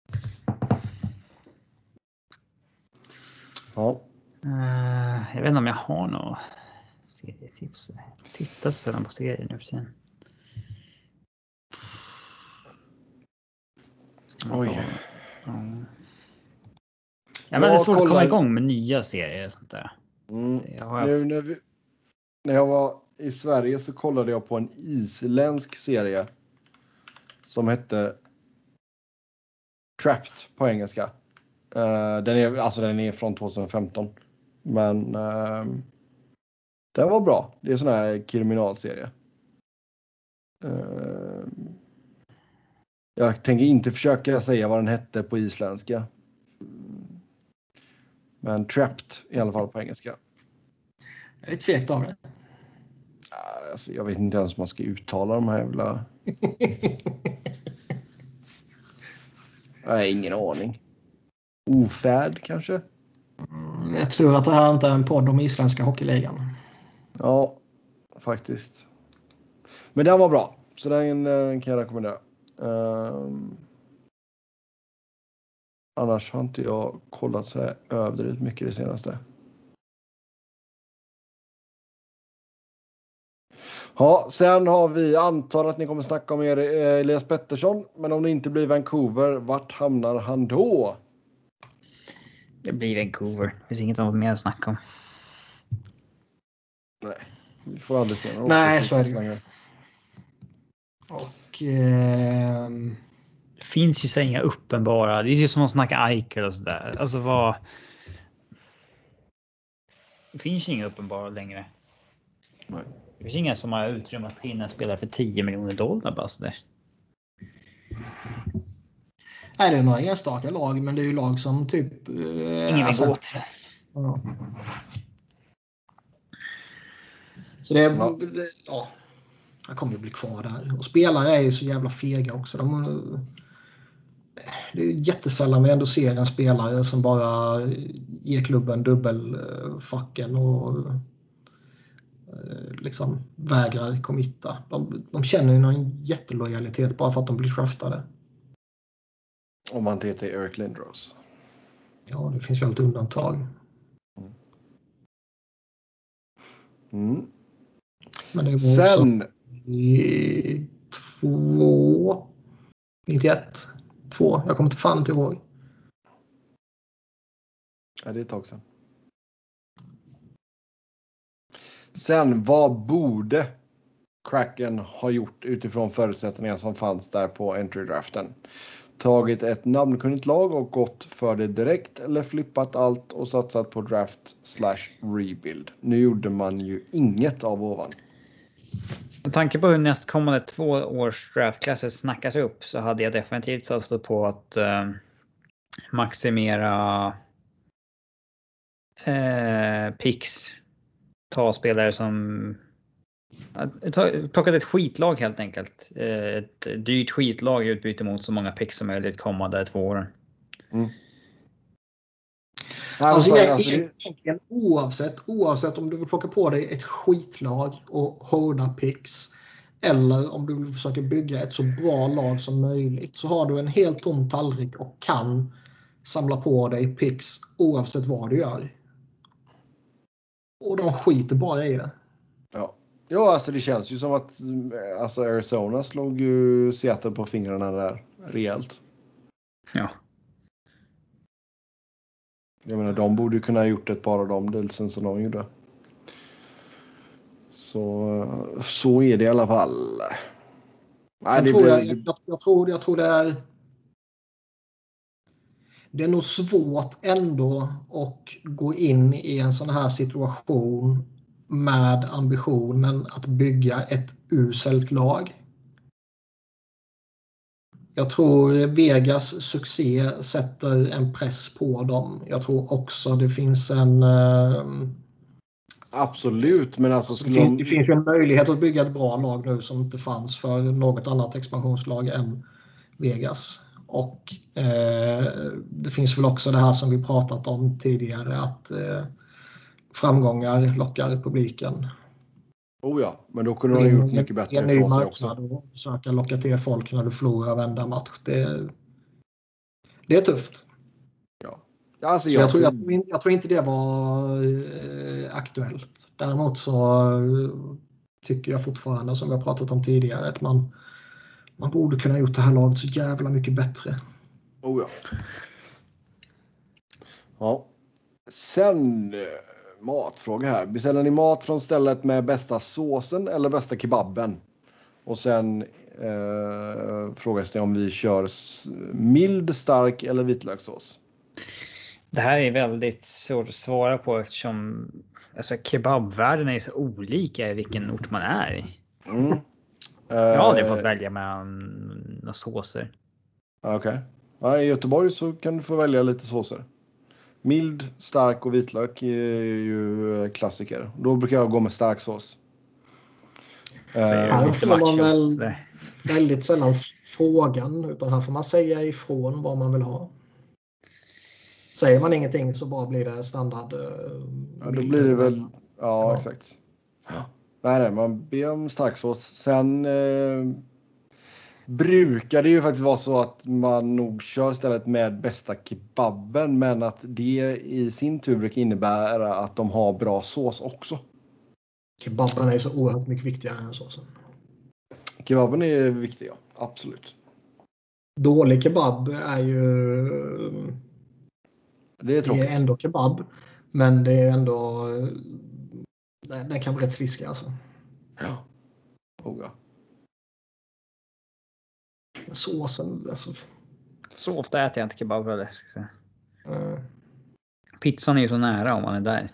Ja. Jag vet inte om jag har något serietips. Jag tittar sällan på serier nu för tiden. Oj. Jag är väldigt svårt att komma igång med nya serier och sånt där. Nu när jag var i Sverige så kollade jag på en isländsk serie som hette Trapped på engelska. Den är från 2015. Men den var bra. Det är en sån här kriminalserie. Jag tänker inte försöka säga vad den hette på isländska. Men Trapped i alla fall på engelska. Jag är tvekt av det. Alltså, jag vet inte ens om man ska uttala de här jävla... Nej, ingen aning. Ofärd kanske? Jag tror att det här inte är en podd om isländska hockeyligan. Ja, faktiskt. Men den var bra. Så den kan jag rekommendera. Annars har inte jag kollat så här överdrivet mycket det senaste. Ja, sen har vi antar att ni kommer snacka om Elias Pettersson. Men om det inte blir Vancouver, vart hamnar han då? Det blir Vancouver. Det finns inget mer att snacka om. Nej, vi får aldrig se någon. Nej, så är det ju. Och... Det finns ju så inga uppenbara. Det är ju som att snacka Eichel och sådär. Alltså vad... Det finns ju inga uppenbara längre. Nej. Det finns inga som har utrymme att hinna spela för $10 miljoner bara sådär. Nej, det är några enstaka lag, men det är ju lag som typ... Ingen vill gå åt. Ja. Så det är... Ja. Jag kommer ju bli kvar där. Och spelare är ju så jävla fega också. Det är jättesällan vi ändå ser en spelare som bara ger klubben dubbelfacken och liksom vägrar committa. De känner ju någon jättelojalitet bara för att de blir draftade. Om man inte heter Eric Lindros. Ja, det finns ju alltid undantag. Mm. Men det var sen... också i 91. 2. Jag kommer inte fan inte ihåg. Ja, det är ett tag sedan. Sen, vad borde Kraken ha gjort utifrån förutsättningar som fanns där på entry-draften? Tagit ett namnkunnigt lag och gått för det direkt eller flippat allt och satsat på draft/rebuild? Nu gjorde man ju inget av ovan. Med tanke på hur nästkommande 2 års draftklasser snackas upp så hade jag definitivt satsat på att maximera picks. Ta spelare som plockat ett skitlag helt enkelt. Ett dyrt skitlag i utbyte mot så många picks som möjligt kommande 2 åren. Mm. Alltså egentligen oavsett om du vill plocka på dig ett skitlag och hårda picks eller om du vill försöka bygga ett så bra lag som möjligt så har du en helt tom tallrik och kan samla på dig picks oavsett vad du gör. Och de skiter bara i det. Ja, alltså det känns ju som att alltså Arizona slog ju Seattle på fingrarna där rejält. Ja. Jag menar, de borde ju kunna ha gjort ett par av de dealsen som de gjorde. Så är det i alla fall. Nej, jag tror det är nog svårt ändå att gå in i en sån här situation med ambitionen att bygga ett uselt lag. Jag tror Vegas succé sätter en press på dem. Jag tror också det finns en... Absolut, men alltså det finns ju en möjlighet att bygga ett bra lag nu som inte fanns för något annat expansionslag än Vegas. Och det finns väl också det här som vi pratat om tidigare, att framgångar lockar publiken. Oh ja, men då kunde de ha gjort mycket bättre en ny ifrån sig marknad också. Och försöka locka till folk när du förlorar varenda match. Det är tufft. Ja. Alltså, jag tror inte det var aktuellt. Däremot så tycker jag fortfarande, som vi har pratat om tidigare, att man borde kunna gjort det här laget så jävla mycket bättre. Oh ja. Ja. Sen matfråga här. Beställer ni mat från stället med bästa såsen eller bästa kebaben? Och sen frågas det om vi kör mild, stark eller vitlökssås. Det här är väldigt svårt att svara på eftersom alltså, kebabvärlden är så olika i vilken ort man är i. Jag har aldrig fått välja mellan några såser. Okej. Ja, i Göteborg så kan du få välja lite såser. Mild, stark och vitlök är ju klassiker. Då brukar jag gå med stark sås. Här får man väl väldigt sällan frågan, utan här får man säga ifrån vad man vill ha. Säger man ingenting så bara blir det standard. Ja, då blir det väl... Ja, exakt. Ja. Nej, man ber om stark sås. Sen brukar det ju faktiskt vara så att man nog kör istället med bästa kebaben, men att det i sin tur brukar innebära att de har bra sås också. Kebaben är ju så oerhört mycket viktigare än såsen. Kebaben är viktig, ja. Absolut. Dålig kebab är ju... Det är tråkigt. Det är ändå kebab, men det är ändå... Den kan bli rätt sliskig alltså. Ja. Oh, ja. Såsen, alltså. Så ofta äter jag inte kebab eller ska jag säga. Pizzan är ju så nära om man är där.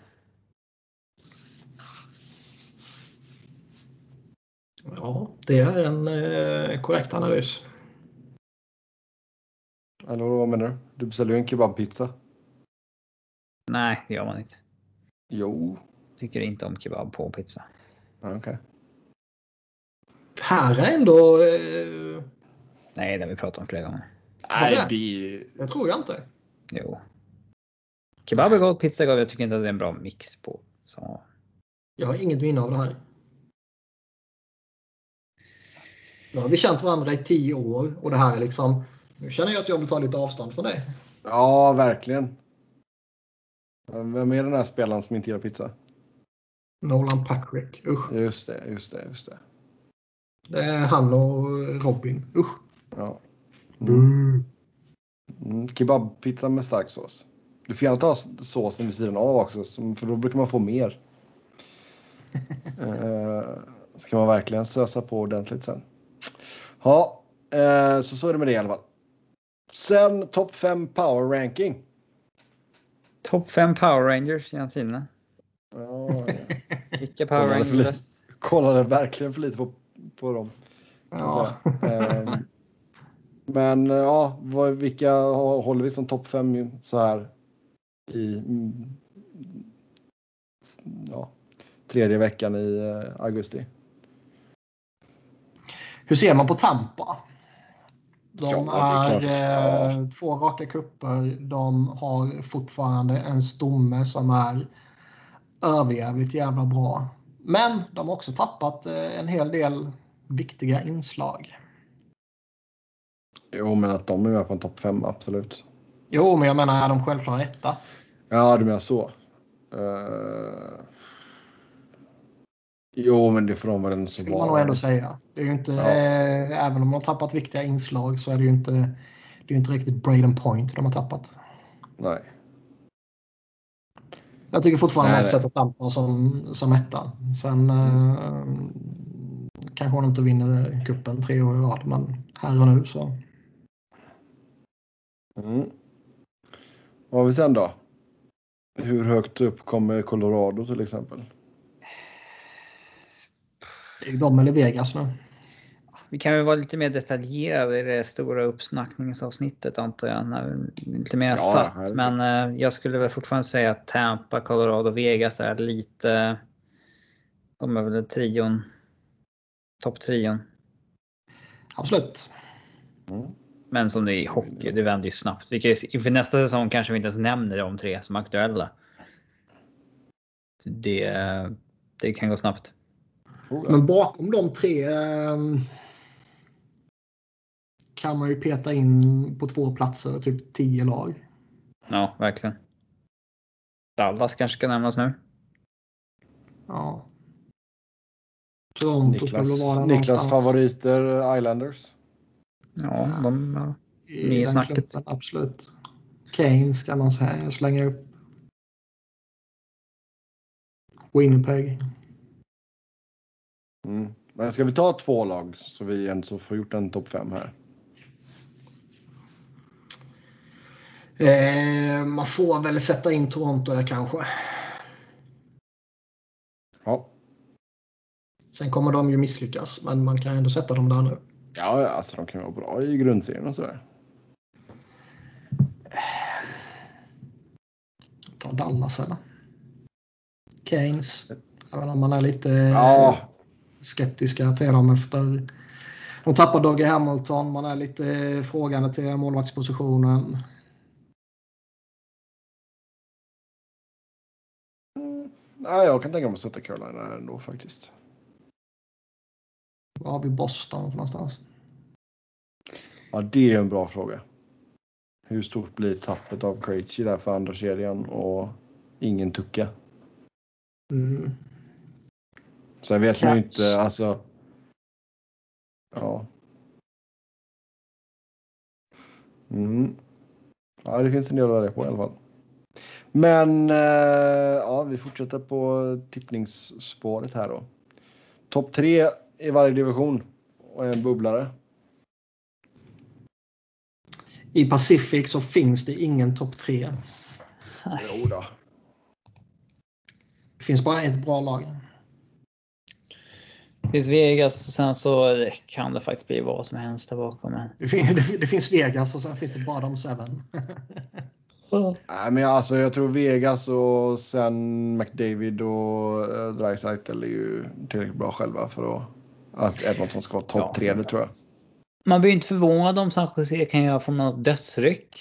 Ja, det är en korrekt analys. Eller vad menar du? Du beställer ju en kebabpizza. Nej, det gör man inte. Jo. Tycker inte om kebab på pizza. Okej. Det här är ändå... Nej, det har vi pratat om flera gånger. Nej, det tror jag inte. Jo. Kebab är gott, pizza är gott. Jag tycker inte att det är en bra mix på. Så. Jag har inget minne av det här. Nu har vi känt varandra i 10 år och det här är liksom... Nu känner jag att jag vill ta lite avstånd från dig. Ja, verkligen. Vem är den här spelaren som inte gillar pizza? Nolan Patrick. Usch. Just det. Det är han och Robin. Usch. Ja. Kebabpizza med stark sås. Du får gärna ta såsen vid sidan av också, för då brukar man få mer. Ska man verkligen sösa på ordentligt sen. Ja, så är det med det i alla fall. Sen topp 5 power ranking. Topp 5 Power Rangers genom tiderna. Ja. Vilka Power Rangers? Kollade verkligen för lite på dem. Ja. Men ja, vilka håller vi som topp 5 så här i tredje veckan i augusti? Hur ser man på Tampa? De Ja, är 2 raka kupper. De har fortfarande en stomme som är överjävligt jävla bra. Men de har också tappat en hel del viktiga inslag. Jo, men att de är med på en topp 5, absolut. Jo, men jag menar, är de självklart etta? Ja, du menar så. Jo, men det får de väl ändå så skulle man nog ändå säga. Det är ju inte, även om de har tappat viktiga inslag så är det ju inte riktigt Braden Point de har tappat. Nej. Jag tycker fortfarande man sätter Tampa som etta. Sen kanske hon inte vinner kuppen 3 år i rad, men här och nu så. Vad har vi sen då? Hur högt upp kommer Colorado till exempel? Det är de eller Vegas nu. Vi kan väl vara lite mer detaljerade i det stora uppsnackningsavsnittet antar jag. Lite mer satt. Men jag skulle väl fortfarande säga att Tampa, Colorado, Vegas är lite... De är väl trion. Topptrion. Absolut. Men som det är i hockey, det vänder ju snabbt. Inför nästa säsong kanske vi inte ens nämner de 3 som är aktuella. Det kan gå snabbt. Men bakom de 3 kan man ju peta in på 2 platser, typ 10 lag. Ja, verkligen. Dallas kanske ska nämnas nu. Ja. Toronto Niklas favoriter Islanders. Ja, de är med i snacket. Klubben, absolut. Kane ska man säga, slänga upp. Winnipeg. Men ska vi ta 2 lag så vi ändå får gjort en topp 5 här? Man får väl sätta in Toronto där kanske. Ja. Sen kommer de ju misslyckas, men man kan ändå sätta dem där nu. Ja, alltså de kan vara bra i grundserien och sådär. Ta Dallas eller? Keynes. Även om man är lite skeptiska till dem efter... De tappar Dougie Hamilton. Man är lite frågande till målvaktspositionen. Nej, jag kan tänka mig att sätta Carolina ändå faktiskt. Var har vi Boston för någonstans? Ja, det är en bra fråga. Hur stort blir tappet av Krejci där för andra kedjan och ingen Tucka? Så jag vet man ju inte, alltså... Ja. Ja, det finns en del att välja på i alla fall. Men vi fortsätter på tippningsspåret här då. Topp 3 i varje division och en bubblare. I Pacific så finns det ingen topp 3. Jo då. Det finns bara ett bra lag. Det finns Vegas och sen så kan det faktiskt bli vad som helst där bakom. Det finns Vegas och sen finns det bara de 7. Nej, men alltså jag tror Vegas och sen McDavid och Draisaitl är ju tillräckligt bra själva för att Edmonton ska vara topp 3, det tror jag. Man blir inte förvånad om San Jose kan göra från något dödsryck.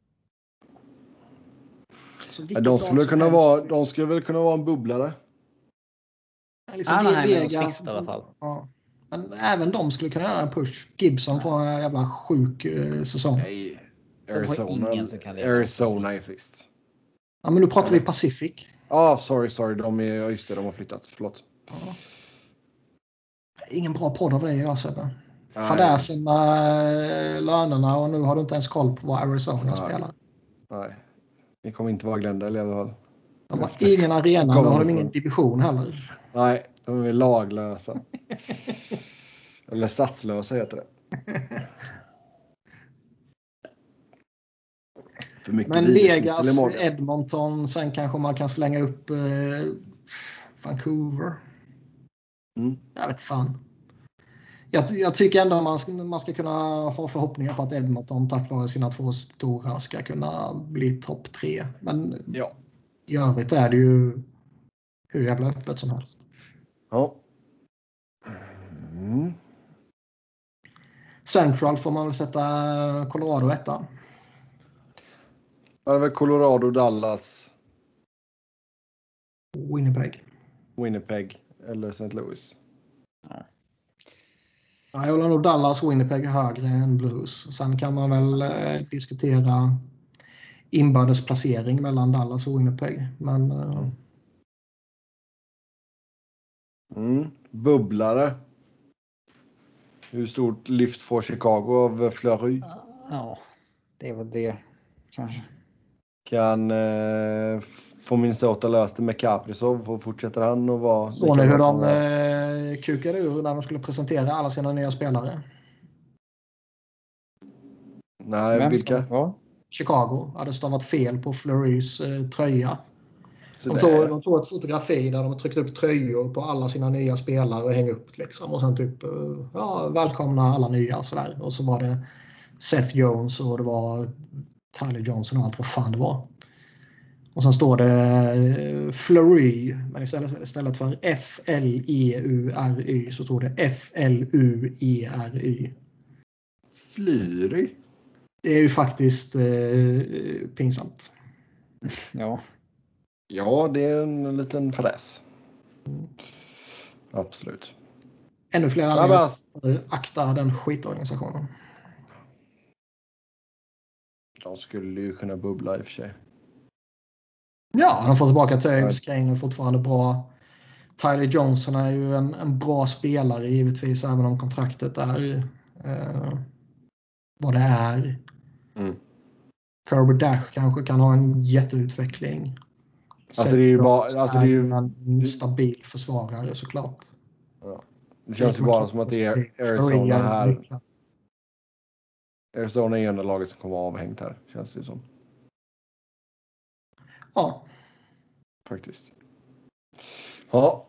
De skulle väl kunna vara en bubblare. Liksom Vegas sist, i alla fall. Ja. Men även de skulle kunna göra en push. Gibson får en jävla sjuk säsong. Nej, Arizona är sist. Ja, men nu pratar vi Pacific. Sorry. De har flyttat. Förlåt. Ja. Ingen bra podd av dig idag, Sebbe. Fadäsen med lönerna och nu har du inte ens koll på vad Arizona spelar. Nej. Det kommer inte vara Glendale i alla fall. De har ingen arena, de har ingen division heller. Nej, de är laglösa. Eller statslösa heter det. Men Vegas, Edmonton, sen kanske man kan slänga upp Vancouver. Jag vet fan. Jag tycker ändå man ska kunna ha förhoppningar på att Edmonton tack vare sina 2 stora ska kunna bli topp 3. Men i övrigt är det ju hur jävla öppet som helst. Ja. Central får man väl sätta Colorado 1. Det är väl Colorado, Dallas. Winnipeg eller St. Louis. Jag håller nog Dallas och Winnipeg högre än Blues. Sen kan man väl diskutera inbördesplacering mellan Dallas och Winnipeg. Men... Bubblare. Hur stort lyft får Chicago av Fleury? Ja, det var det kanske. Kan få Minnesota löst det med Kaprizov och fortsätter han att vara... Så ni hur de kukade ur när de skulle presentera alla sina nya spelare? Nej, vilka? Chicago hade stavat fel på Fleurys tröja. De tog ett fotografi där de tryckte upp tröjor på alla sina nya spelare och hängde upp liksom. Och sen typ välkomna alla nya och sådär. Och så var det Seth Jones och det var Tyler Johnson och allt vad fan det var. Och sen står det Fleury, men istället för F-L-E-U-R-Y så står det F-L-U-E-R-Y. Fleury? Det är ju faktiskt pinsamt. Ja. Ja, det är en liten fräs. Absolut. Ännu fler anledningar att akta den skitorganisationen. De skulle ju kunna bubbla i och för sig. Ja, de får tillbaka Taves. Kane är fortfarande bra. Tyler Johnson är ju en bra spelare givetvis, även om kontraktet är vad det är. Kirby Dash kanske kan ha en jätteutveckling. Alltså det är ju bara... Alltså det är ju en stabil försvarare såklart. Ja. Det känns ju bara som att det är Arizona här. Arizona är ju enda laget som kommer avhängt här, känns det som. Ja. Faktiskt. Ja.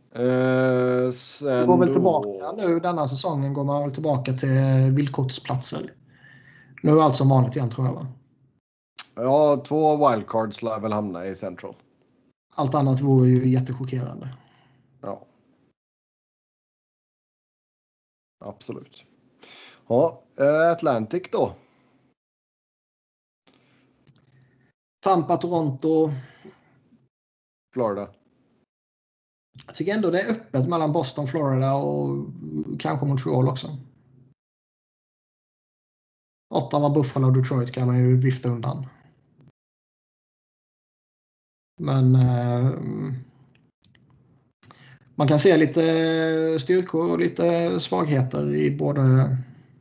Sen går väl tillbaka nu denna säsongen går man väl tillbaka till villkortsplatser. Nu är allt som vanligt igen tror jag va? Ja, 2 wildcards lär väl hamna i Central. Allt annat vore ju jättechockerande. Ja. Absolut. Ja, Atlantic då. Tampa, Toronto. Florida. Jag tycker ändå det är öppet mellan Boston, Florida och kanske Montreal också. Ottawa, Buffalo och Detroit kan man ju vifta undan. Men man kan se lite styrkor och lite svagheter i både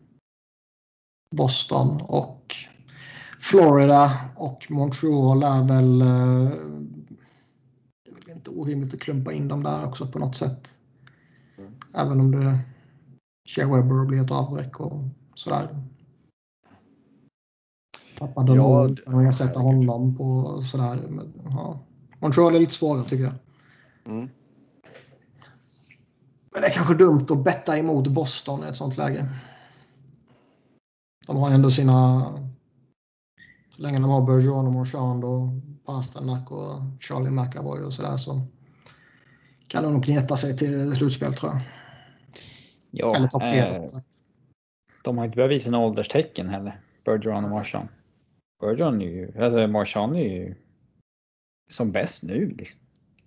Boston och Florida och Montreal är väl det är väl inte orimligt att klumpa in dem där också på något sätt. Även om det Shea Weber blir ett avbräck och sådär. Tappade och jag sätter honom på sådär. Ja. Montreal är lite svårare tycker jag. Men det är kanske dumt att betta emot Boston i ett sånt läge. De har ändå sina... Så länge de har Bergeron och Marchand och Pasternak och Charlie McAvoy och sådär så kan de nog gneta sig till slutspel tror jag. Ja, eller topp 3. De har inte börjat visa några ålderstecken heller. Bergeron och Marchand. Bergeron är ju... Alltså Marchand är ju som bäst nu liksom.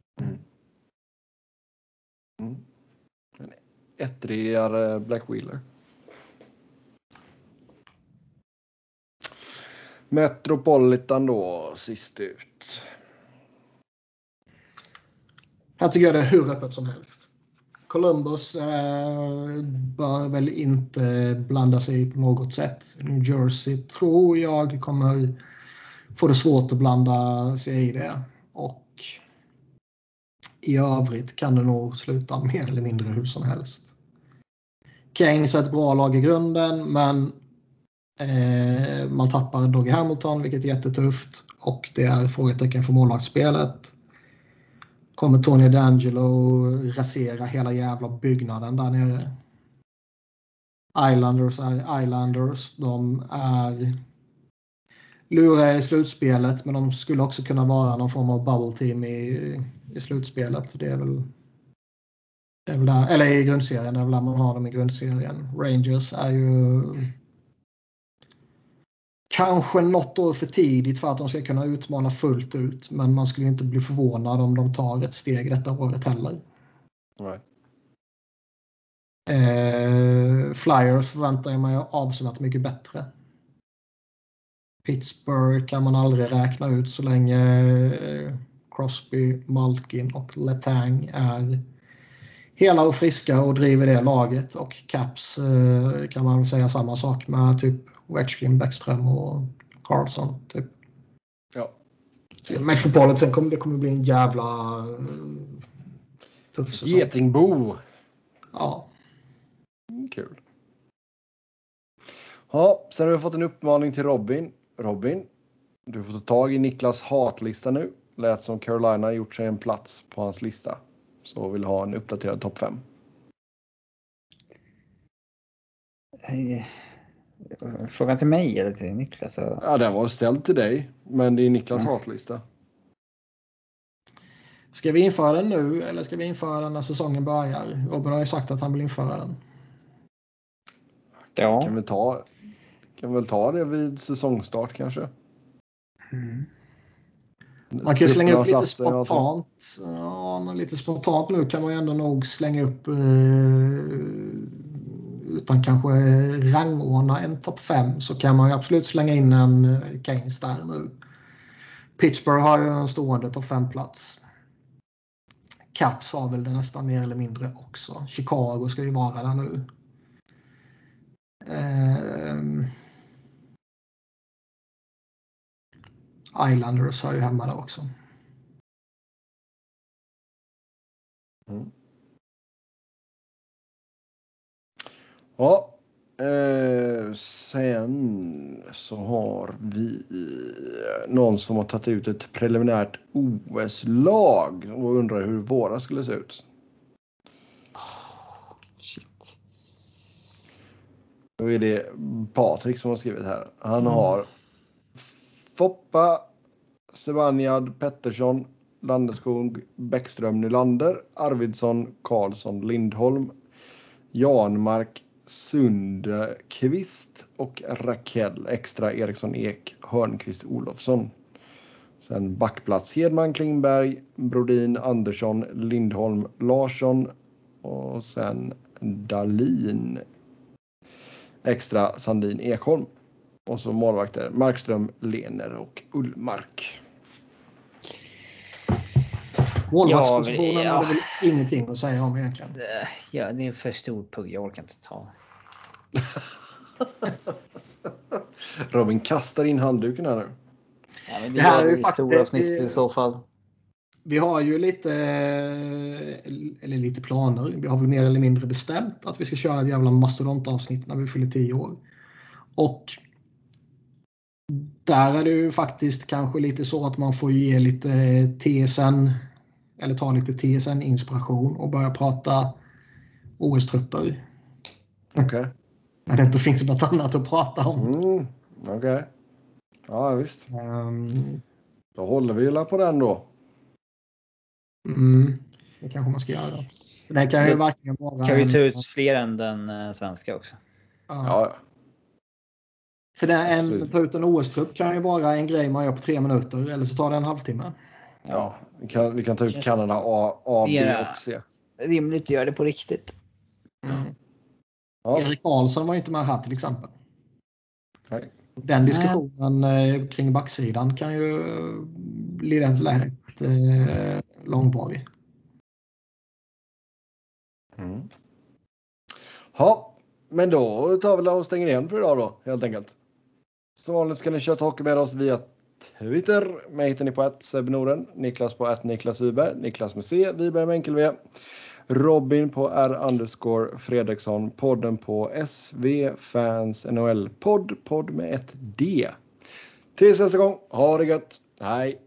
En ettrigare Black Wheeler. Metropolitan då, sist ut. Jag tycker det är hur öppet som helst. Columbus bör väl inte blanda sig på något sätt. New Jersey tror jag kommer få det svårt att blanda sig i det. Och i övrigt kan det nog sluta mer eller mindre hur som helst. Kings är ett bra lag i grunden men man tappar Dougie Hamilton vilket är jättetufft och det är frågetecken för målvaktsspelet. Kommer Tony DeAngelo rasera hela jävla byggnaden där nere. Islanders är Islanders. De är luriga i slutspelet men de skulle också kunna vara någon form av bubble team i slutspelet. Det är väl där, eller i grundserien. Det är väl där man har dem i grundserien. Rangers är ju kanske något år för tidigt för att de ska kunna utmana fullt ut. Men man skulle inte bli förvånad om de tar ett steg detta året heller. Nej. Flyers förväntar jag mig avsevärt mycket bättre. Pittsburgh kan man aldrig räkna ut så länge Crosby, Malkin och Letang är hela och friska och driver det laget. Och Caps kan man väl säga samma sak med typ Ovechkin, Bäckström och Carlson. Typ. Ja. Metropolitan kommer bli en jävla tuff säsong. Getingbo. Ja. Kul. Ja, sen har vi fått en uppmaning till Robin. Robin, du får ta tag i Niklas hatlista nu. lät som Carolina gjort sig en plats på hans lista. Så vill ha en uppdaterad topp 5. Frågan till mig eller till Niklas? Ja, den var ställd till dig. Men det är Niklas hatlista. Ska vi införa den nu eller ska vi införa den när säsongen börjar? Robin har ju sagt att han vill införa den. Ja. Kan väl ta det vid säsongstart kanske. Man kan ju slänga upp lite spontant. Ja, lite spontant nu kan man ju ändå nog slänga upp utan kanske rangordna en topp 5 så kan man ju absolut slänga in en Keynes där nu. Pittsburgh har ju en stående topp 5-plats. Caps har väl det nästan mer eller mindre också. Chicago ska ju vara där nu. Islanders har ju hemma där också. Ja, sen så har vi någon som har tagit ut ett preliminärt OS-lag och undrar hur våra skulle se ut. Shit. Då är det Patrik som har skrivit här. Han har Foppa, Sebanjad, Pettersson, Landeskog, Bäckström, Nylander, Arvidsson, Karlsson, Lindholm, Janmark, Sundqvist och Rakell. Extra Eriksson, Ek, Hörnqvist, Olofsson. Sen backplats Hedman, Klingberg, Brodin, Andersson, Lindholm, Larsson och sen Dahlin. Extra Sandin, Ekholm. Och så målvakter Markström, Lener och Ullmark. Målvaktspositionen har väl ingenting att säga om egentligen. Ja, det är för stor pugg. Jag orkar inte ta. Robin kastar in handduken här nu. Ja, men det här är ju stora avsnitt i så fall. Vi har ju lite planer. Vi har väl mer eller mindre bestämt att vi ska köra ett jävla mastodontavsnitt när vi fyller 10 år. Och där är det ju faktiskt kanske lite så att man får ge lite TSN eller ta lite TSN-inspiration och börja prata OS-trupper. Okej. När det inte finns något annat att prata om. Okej. Ja, visst. Då håller vi ju på den då. Det kanske man ska göra. Det kan ju verkligen vara... Kan vi ta ut fler än den svenska också? Ja. För ta ut en OS-trupp kan ju vara en grej man gör på 3 minuter. Eller så tar det en halvtimme. Ja, vi kan ta ut Kanada A, B och C. Rimligt att göra det på riktigt. Ja. Erik Karlsson var inte med här till exempel. Nej. Den diskussionen kring backsidan kan ju bli rätt långvarig. Ja, men då tar vi och stänger igen för idag då, helt enkelt. Så vanligt ska ni köra hockey med oss via Twitter. Mig hittar ni på @sebnorden, Niklas på @Niklas Wiberg, Niklas med C, Wiberg med enkel V. Robin på R_Fredriksson, podden på SV Fans NHL podd med ett D. Tills nästa gång, ha det gött, hej!